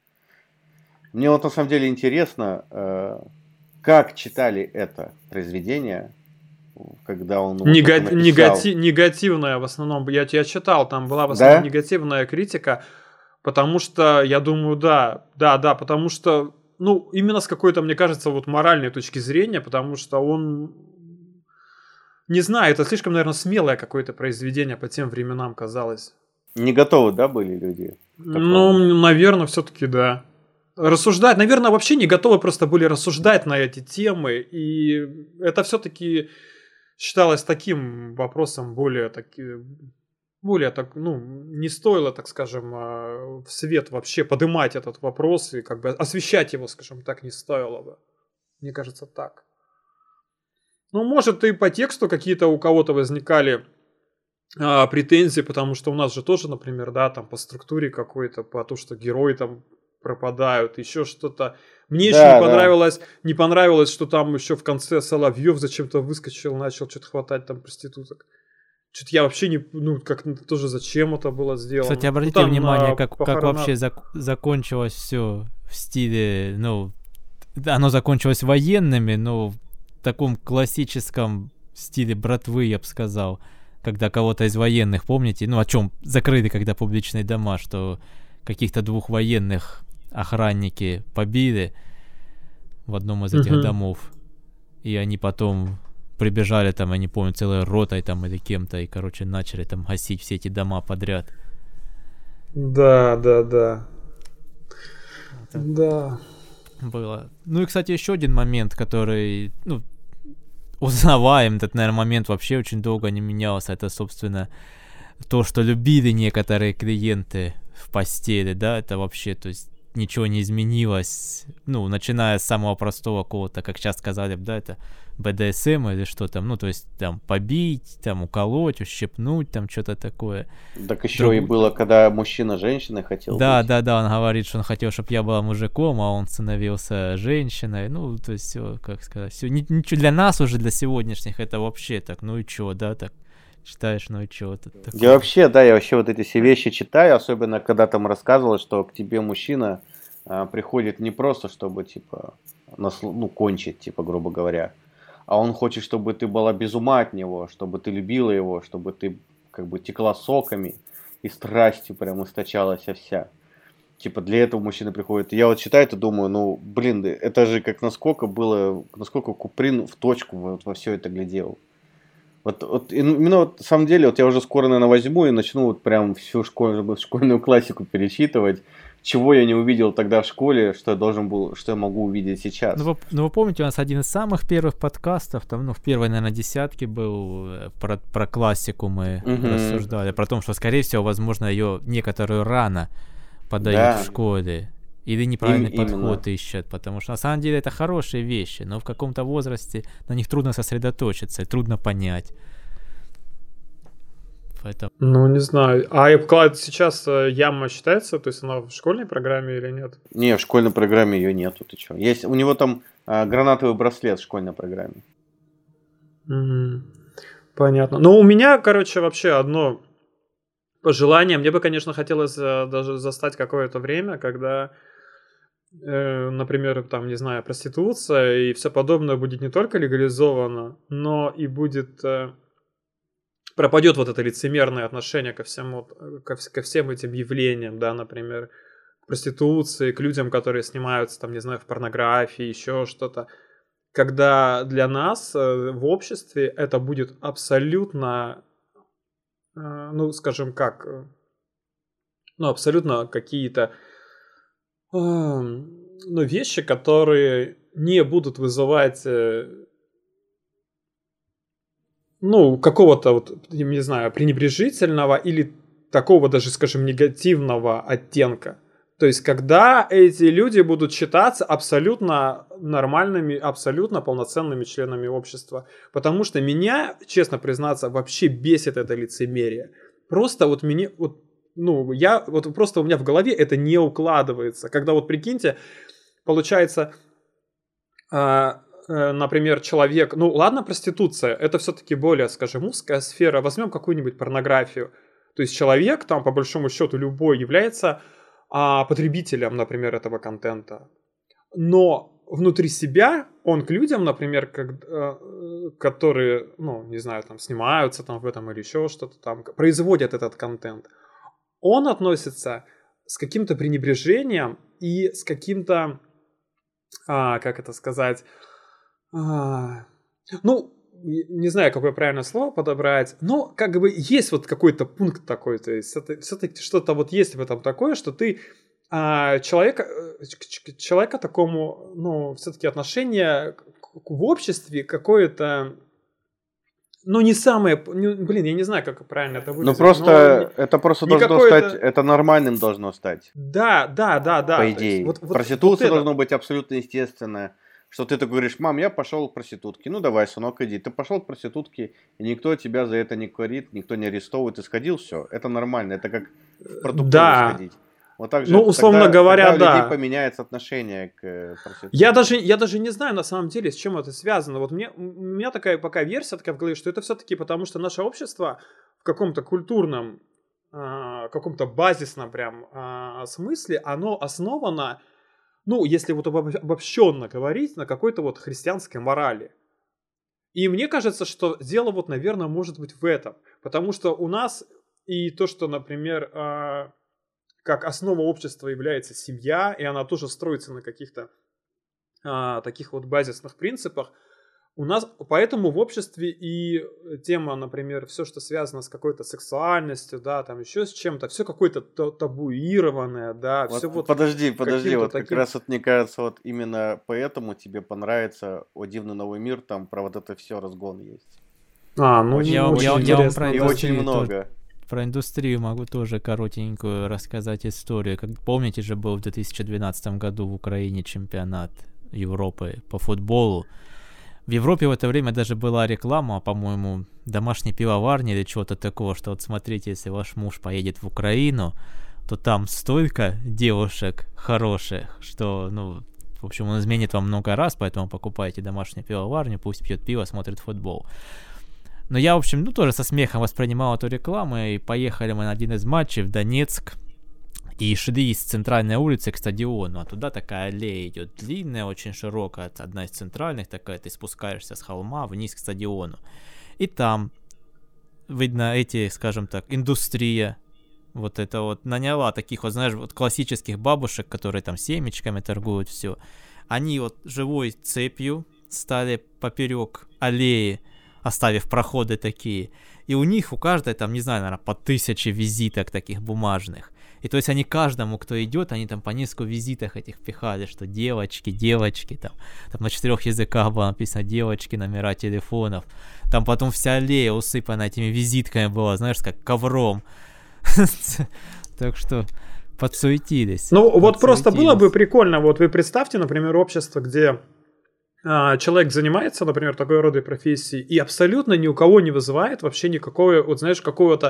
Мне вот на самом деле интересно, как читали это произведение когда он написал. Негативная в основном. Я читал, там была в основном негативная критика, потому что, я думаю, да, потому что, ну, именно с какой-то, мне кажется, вот моральной точки зрения, потому что он, не знаю, это слишком, наверное, смелое какое-то произведение по тем временам казалось. Не готовы, да, были люди? Ну, наверное, все-таки да. Рассуждать, наверное, вообще не готовы просто были рассуждать на эти темы, и это все-таки считалось таким вопросом более так, ну, не стоило, так скажем, в свет вообще поднимать этот вопрос и как бы освещать его, скажем так, не стоило бы. Мне кажется, так. Ну, может, и по тексту какие-то у кого-то возникали претензии, потому что у нас же тоже, например, да, там по структуре какой-то, по тому, что герои там пропадают, еще что-то. Мне еще не понравилось, что там еще в конце Соловьев зачем-то выскочил, начал что-то хватать там проституток. Что-то я вообще не, ну, как тоже зачем это было сделано. Кстати, обратите внимание, как вообще закончилось все в стиле, ну, оно закончилось военными, но в таком классическом стиле братвы, я бы сказал, когда кого-то из военных, помните, ну, о чем закрыли, когда публичные дома, что каких-то 2 военных охранники побили в одном из этих домов, и они потом прибежали там, я не помню, целой ротой там или кем-то, и, короче, начали там гасить все эти дома подряд. Да. Было. Ну и, кстати, еще один момент, который, ну, узнаваем, этот, наверное, момент вообще очень долго не менялся, это, собственно, то, что любили некоторые клиенты в постели, да, это вообще, то есть ничего не изменилось, ну, начиная с самого простого какого-то, как сейчас сказали, да, это БДСМ или что там, ну, то есть там побить, там уколоть, ущипнуть, там что-то такое. Так еще и было, когда мужчина женщиной хотел да, быть. Да, он говорит, что он хотел, чтобы я была мужиком, а он становился женщиной, ну, то есть все, как сказать, все, ничего для нас уже, для сегодняшних, это вообще так, ну и чё, да, так. Читаешь, ну и чего ты такое? Я вообще вот эти все вещи читаю, особенно когда там рассказывалось, что к тебе мужчина приходит не просто, чтобы, типа, кончить, типа, грубо говоря, а он хочет, чтобы ты была без ума от него, чтобы ты любила его, чтобы ты, как бы, текла соками и страстью прям источалась вся. Типа, для этого мужчина приходит. Я вот читаю и думаю, ну, блин, это же как насколько Куприн в точку вот во все это глядел. Вот именно вот, на самом деле, вот я уже скоро, наверное, возьму и начну вот прям всю школьную классику перечитывать, чего я не увидел тогда в школе, что я могу увидеть сейчас. Ну вы помните, у нас один из самых первых подкастов, там, ну, в первой, наверное, десятке был, про классику мы рассуждали, про то, что, скорее всего, возможно, ее некоторую рано подают в школе. Или неправильный подход ищут, потому что на самом деле это хорошие вещи, но в каком-то возрасте на них трудно сосредоточиться, трудно понять. Поэтому... Ну, не знаю. А сейчас Яма считается, то есть она в школьной программе или нет? Не, в школьной программе ее нету, ты чё. Есть, у него там гранатовый браслет в школьной программе. Понятно. Ну, у меня, короче, вообще одно пожелание. Мне бы, конечно, хотелось даже застать какое-то время, когда... например, там, не знаю, проституция и все подобное будет не только легализовано, но и будет пропадет вот это лицемерное отношение ко всем этим явлениям, да, например, к проституции, к людям, которые снимаются, там, не знаю, в порнографии, еще что-то. Когда для нас в обществе это будет абсолютно, ну, скажем как, ну, абсолютно какие-то вещи, которые не будут вызывать, какого-то, вот, я не знаю, пренебрежительного или такого даже, скажем, негативного оттенка. То есть, когда эти люди будут считаться абсолютно нормальными, абсолютно полноценными членами общества. Потому что меня, честно признаться, вообще бесит это лицемерие. Просто вот меня... просто у меня в голове это не укладывается. Когда вот прикиньте, получается, например, человек, ну ладно, проституция, это все-таки более, скажем, узкая сфера. Возьмем какую-нибудь порнографию. То есть человек там, по большому счету, любой является потребителем, например, этого контента. Но внутри себя, он к людям, например, которые, ну, не знаю, там, снимаются там в этом или еще что-то там, производят этот контент, он относится с каким-то пренебрежением и с каким-то, как это сказать, ну, не знаю, какое правильное слово подобрать, но как бы есть вот какой-то пункт такой, то есть это все-таки что-то вот есть в этом такое, что ты человека такому, ну, все-таки отношение в обществе какое-то, ну, не самое, блин, я не знаю, как правильно это выразить. Ну, просто, это просто должно стать, это нормальным должно стать. Да. По идее. Вот, проституция должно быть абсолютно естественно. Что ты так говоришь: мам, я пошел к проститутке. Ну, давай, сынок, иди. Ты пошел к проститутке, и никто тебя за это не корит, никто не арестовывает. Ты сходил, все. Это нормально. Это как в продуктовую сходить. Вот так же, ну, условно говоря, тогда у людей поменяется отношение к проституции. Я даже не знаю, на самом деле, с чем это связано. Вот у меня такая пока версия такая в голове, что это все-таки потому, что наше общество в каком-то культурном, каком-то базисном прям смысле, оно основано, ну, если вот обобщенно говорить, на какой-то вот христианской морали. И мне кажется, что дело вот, наверное, может быть в этом. Потому что у нас и то, что, например, как основа общества является семья, и она тоже строится на каких-то таких вот базисных принципах, у нас поэтому в обществе и тема, например, все, что связано с какой-то сексуальностью, да, там еще с чем-то, все какое-то табуированное, да, вот, все вот. Подожди, вот таким... как раз вот мне кажется, вот именно поэтому тебе понравится «О дивный новый мир», там про вот это все разгон есть. Ну я интересно. И очень много. Про индустрию могу тоже коротенькую рассказать историю. Как помните же, был в 2012 году в Украине чемпионат Европы по футболу. В Европе в это время даже была реклама, по-моему, домашней пивоварни или чего-то такого, что вот смотрите, если ваш муж поедет в Украину, то там столько девушек хороших, что, ну, в общем, он изменит вам много раз, поэтому покупайте домашнюю пивоварню, пусть пьет пиво, смотрит футбол. Но я, в общем, ну, тоже со смехом воспринимал эту рекламу, и поехали мы на один из матчей в Донецк, и шли с центральной улицы к стадиону, а туда такая аллея идет длинная, очень широкая, одна из центральных такая, ты спускаешься с холма вниз к стадиону. И там, видно, эти, скажем так, индустрия, вот это вот наняла таких вот, знаешь, вот классических бабушек, которые там семечками торгуют, все. Они вот живой цепью стали поперек аллеи, оставив проходы такие. И у них, у каждой там, не знаю, наверное, по 1000 визиток таких бумажных. И то есть они каждому, кто идет, они там по несколько визиток этих пихали, что девочки, там на 4 языках было написано девочки, номера телефонов. Там потом вся аллея усыпана этими визитками была, знаешь, как ковром. Так что подсуетились. Ну вот просто было бы прикольно, вот вы представьте, например, общество, где человек занимается, например, такой рода профессией и абсолютно ни у кого не вызывает вообще никакого, вот знаешь, какого-то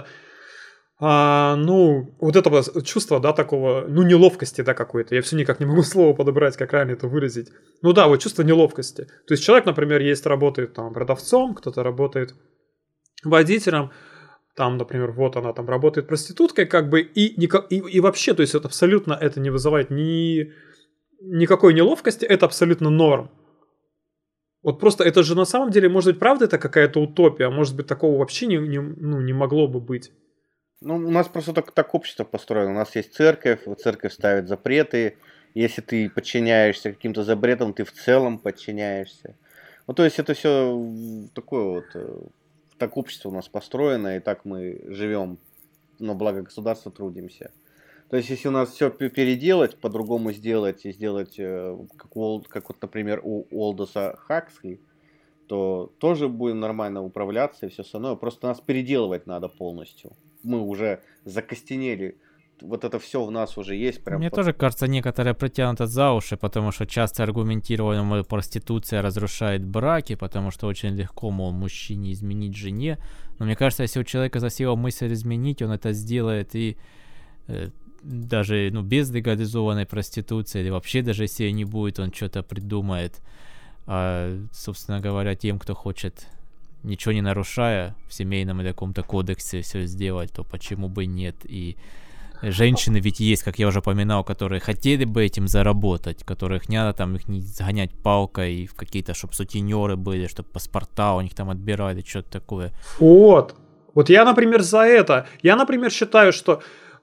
ну, вот этого чувства, да, такого, ну, неловкости, да, какой-то. Я все никак не могу слово подобрать, как правильно это выразить. Ну да, вот чувство неловкости. То есть человек, например, работает там продавцом, кто-то работает водителем, там, например, вот она там работает проституткой, как бы, и вообще, то есть вот абсолютно это не вызывает никакой неловкости, это абсолютно норм. Вот просто это же на самом деле, может быть, правда, это какая-то утопия, может быть, такого вообще не могло бы быть. Ну, у нас просто так общество построено. У нас есть церковь ставит запреты. Если ты подчиняешься каким-то запретам, ты в целом подчиняешься. Ну, то есть это все такое вот, так общество у нас построено, и так мы живем, на благо государства трудимся. То есть если у нас все переделать, по-другому сделать, и сделать, как вот, например, у Олдоса Хаксли, то тоже будем нормально управляться и все остальное. Просто нас переделывать надо полностью. Мы уже закостенели. Вот это все в нас уже есть. Прям Мне тоже кажется, некоторые притянуты за уши, потому что часто аргументировано, мол, проституция разрушает браки, потому что очень легко, мол, мужчине изменить жене. Но мне кажется, если у человека засела мысль изменить, он это сделает и даже без легализованной проституции, или вообще даже если ее не будет, он что-то придумает. Собственно говоря, тем, кто хочет, ничего не нарушая, в семейном или каком-то кодексе все сделать, то почему бы нет? И женщины ведь есть, как я уже упоминал, которые хотели бы этим заработать, которых не надо там их не сгонять палкой в какие-то, чтобы сутенеры были, чтобы паспорта у них там отбирали, что-то такое. Вот я, например, за это. Я, например, считаю, что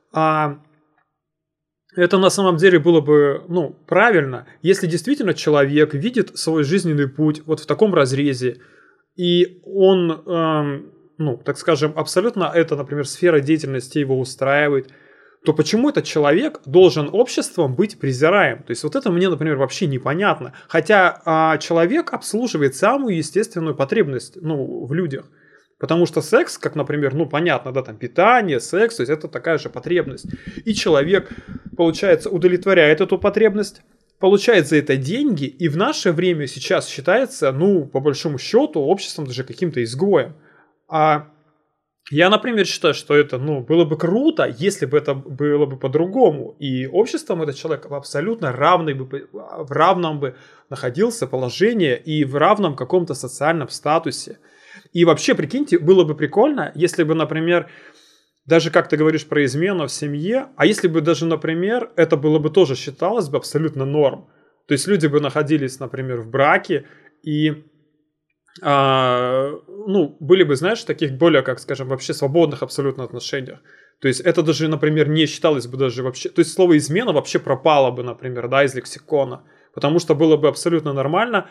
это на самом деле было бы, правильно, если действительно человек видит свой жизненный путь вот в таком разрезе, и он, так скажем, абсолютно это, например, сфера деятельности его устраивает, то почему этот человек должен обществом быть презираем? То есть вот это мне, например, вообще непонятно. Хотя человек обслуживает самую естественную потребность, в людях. Потому что секс, как, например, понятно, да, там питание, секс, то есть это такая же потребность. И человек, получается, удовлетворяет эту потребность, получает за это деньги, и в наше время сейчас считается, по большому счету, обществом даже каким-то изгоем. А я, например, считаю, что это, было бы круто, если бы это было бы по-другому. И обществом этот человек абсолютно в равном бы находился положении и в равном каком-то социальном статусе. И вообще, прикиньте, было бы прикольно, если бы, например, даже как ты говоришь про измену в семье, а если бы даже, например, это было бы тоже считалось бы абсолютно норм. То есть люди бы находились, например, в браке и, были бы, знаешь, в таких более, как скажем, вообще свободных абсолютно отношениях. То есть это даже, например, не считалось бы даже вообще... То есть слово «измена» вообще пропало бы, например, да, из лексикона. Потому что было бы абсолютно нормально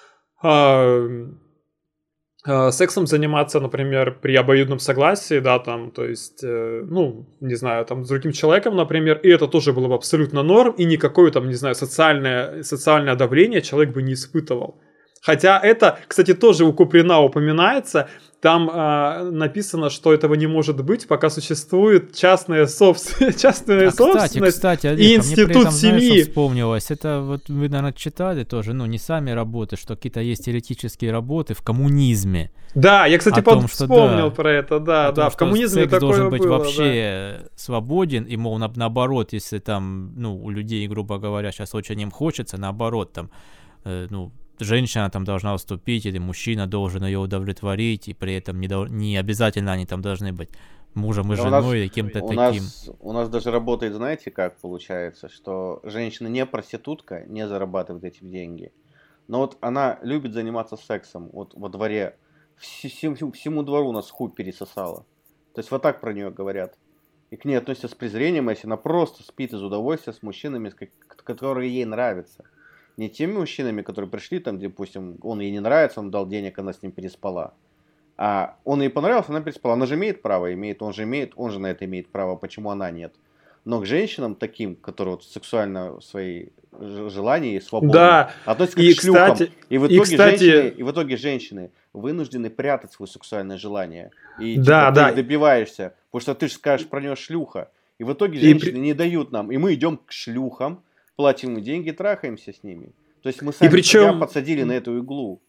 сексом заниматься, например, при обоюдном согласии, да, там, то есть, не знаю, там, с другим человеком, например, и это тоже было бы абсолютно норм, и никакое, там, не знаю, социальное давление человек бы не испытывал. Хотя это, кстати, тоже у Куприна упоминается, там написано, что этого не может быть, пока существует частная собственность кстати, Олег, и институт мне при этом, семьи. Знаешь, что вспомнилось? Это вот вы, наверное, читали тоже, не сами работы, что какие-то есть теоретические работы в коммунизме. Да, я, кстати, вспомнил да, про это, да, в коммунизме секс такое должен быть было, вообще свободен, и, мол, наоборот, если там, у людей, грубо говоря, сейчас очень им хочется, наоборот, там, женщина там должна уступить, или мужчина должен ее удовлетворить, и при этом не обязательно они там должны быть мужем и женой или кем-то таким. У нас даже работает, знаете, как получается, что женщина не проститутка, не зарабатывает эти деньги, но вот она любит заниматься сексом, вот во дворе, всему двору у нас хуй пересосала. То есть вот так про нее говорят. И к ней относятся с презрением, если она просто спит из удовольствия с мужчинами, которые ей нравятся. Не теми мужчинами, которые пришли, там, допустим, он ей не нравится, он дал денег, она с ним переспала. А он ей понравился, она переспала. Она же имеет право, он же на это имеет право, почему она нет. Но к женщинам таким, которые вот сексуально свои желания и свободы, да. относятся как к шлюхам. И в итоге женщины вынуждены прятать свое сексуальное желание. И ты добиваешься, потому что ты же скажешь про нее шлюха. И в итоге женщины не дают нам, и мы идем к шлюхам, платим им деньги, трахаемся с ними. То есть мы сами себя подсадили на эту иглу.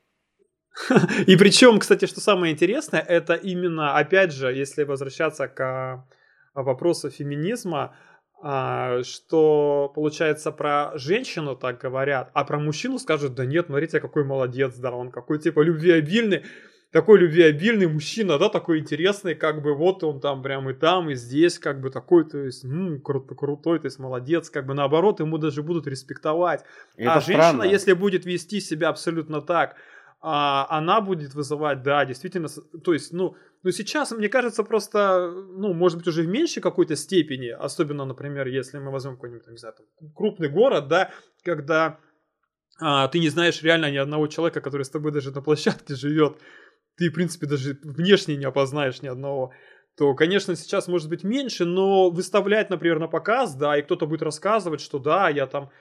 И причем, кстати, что самое интересное, это именно, опять же, если возвращаться к вопросу феминизма, что, получается, про женщину так говорят, а про мужчину скажут, да нет, смотрите, какой молодец, да, он какой, типа, любвеобильный мужчина, да, такой интересный, как бы, вот он там прям и здесь, как бы, такой, то есть, крутой, то есть, молодец, как бы, наоборот, ему даже будут респектовать. А женщина, если будет вести себя абсолютно так, она будет вызывать, да, действительно, то есть, сейчас, мне кажется, просто, может быть, уже в меньшей какой-то степени, особенно, например, если мы возьмем какой-нибудь, не знаю, там, крупный город, да, когда ты не знаешь реально ни одного человека, который с тобой даже на площадке живет, ты, в принципе, даже внешне не опознаешь ни одного, то, конечно, сейчас может быть меньше, но выставлять, например, на показ, да, и кто-то будет рассказывать, что да, я там,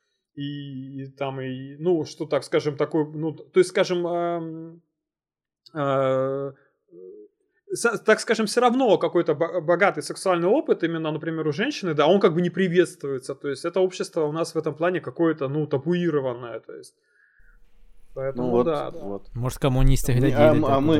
что так, скажем, такой, то есть, скажем, так скажем, все равно какой-то богатый сексуальный опыт именно, например, у женщины, да, он как бы не приветствуется, то есть, это общество у нас в этом плане какое-то, табуированное, то есть. Поэтому, да. Может, коммунисты глядели.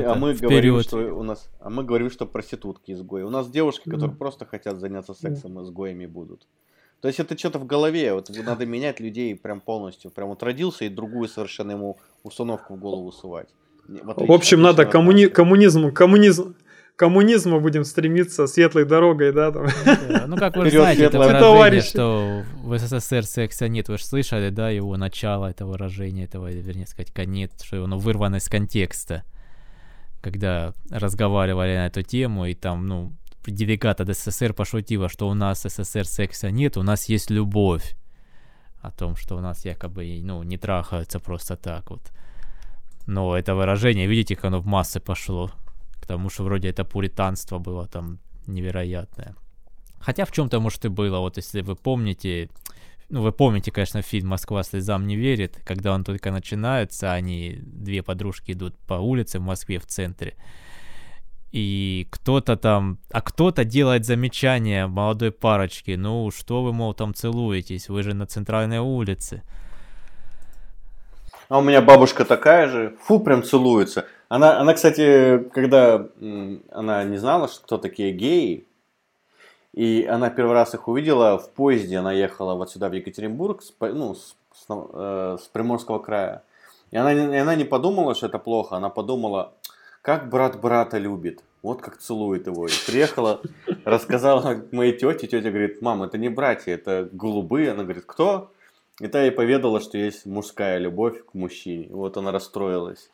Мы говорим, что проститутки изгои. У нас девушки, которые просто хотят заняться сексом, изгоями будут. То есть это что-то в голове. Вот надо менять людей прям полностью. Прям вот родился и другую совершенно ему установку в голову сувать. В общем, надо коммунизм коммунизму будем стремиться светлой дорогой, да, там. Да, ну, как вы же знаете, это выражение, что в СССР секса нет, вы же слышали, да, его начало, это выражение, этого, вернее сказать, конец, что оно вырвано из контекста, когда разговаривали на эту тему, и там, ну, делегат от СССР пошутила, что у нас в СССР секса нет, у нас есть любовь, о том, что у нас якобы, ну, не трахаются просто так вот. Но это выражение, видите, как оно в массы пошло. К тому, что вроде это пуританство было там невероятное. Хотя в чем-то, может, и было. Вот если вы помните... Ну, вы помните, конечно, фильм «Москва слезам не верит», когда он только начинается, они, две подружки идут по улице в Москве в центре. И кто-то там... А кто-то делает замечание молодой парочке. Ну, что вы, мол, там целуетесь? Вы же на центральной улице. А у меня бабушка такая же. Фу, прям целуется. Она, кстати, когда она не знала, что кто такие геи, и она первый раз их увидела в поезде, она ехала вот сюда в Екатеринбург, с Приморского края. И она не подумала, что это плохо, она подумала, как брат брата любит, вот как целует его. И приехала, рассказала моей тете, тетя говорит, мам, это не братья, это голубые. Она говорит, кто? И та ей поведала, что есть мужская любовь к мужчине. Вот она расстроилась.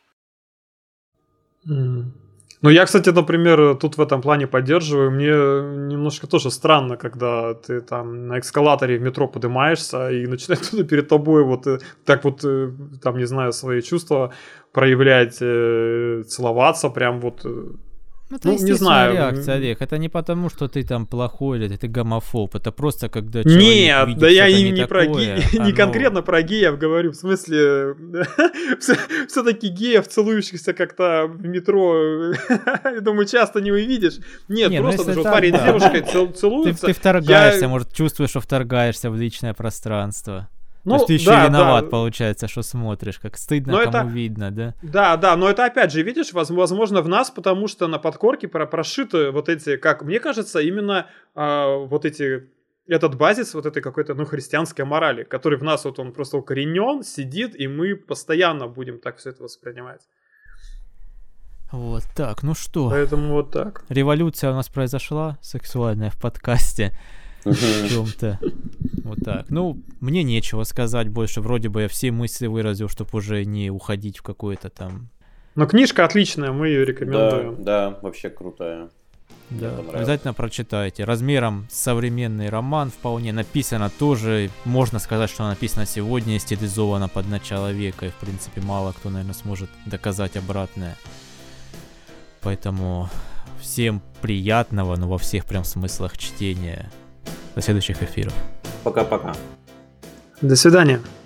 Ну, я, кстати, например, тут в этом плане поддерживаю. Мне немножко тоже странно, когда ты там на эскалаторе в метро поднимаешься и начинает кто-то перед тобой вот так вот, там, не знаю, свои чувства проявлять, целоваться прям вот... Ну, это естественная реакция, Олег. Это не потому, что ты там плохой или ты гомофоб. Это просто когда человек Нет, видит да я что-то и не такое, про не конкретно про геев говорю. В смысле, все-таки геев, целующихся как-то в метро, я думаю, часто не увидишь. Нет, просто что парень с девушкой целуются. Ты вторгаешься, может, чувствуешь, что вторгаешься в личное пространство. Ну, то есть ты еще и виноват, получается, что смотришь, как стыдно, но кому это... видно, да? Да, но это опять же, видишь, возможно в нас, потому что на подкорке прошиты вот эти, как мне кажется, именно вот эти, этот базис вот этой какой-то, ну, христианской морали, который в нас вот он просто укоренен, сидит, и мы постоянно будем так все это воспринимать. Вот так, ну что? Поэтому вот так. Революция у нас произошла, сексуальная в подкасте. В чем-то. Вот так. Ну, мне нечего сказать больше. Вроде бы я все мысли выразил, чтобы уже не уходить в какой-то там... Но книжка отличная, мы ее рекомендуем. Да, вообще крутая. Да, обязательно прочитайте. Размером современный роман вполне. Написано тоже, можно сказать, что написано сегодня, стилизовано под начало века. И, в принципе, мало кто, наверное, сможет доказать обратное. Поэтому всем приятного, но во всех прям смыслах чтения. До следующих эфиров. Пока-пока. До свидания.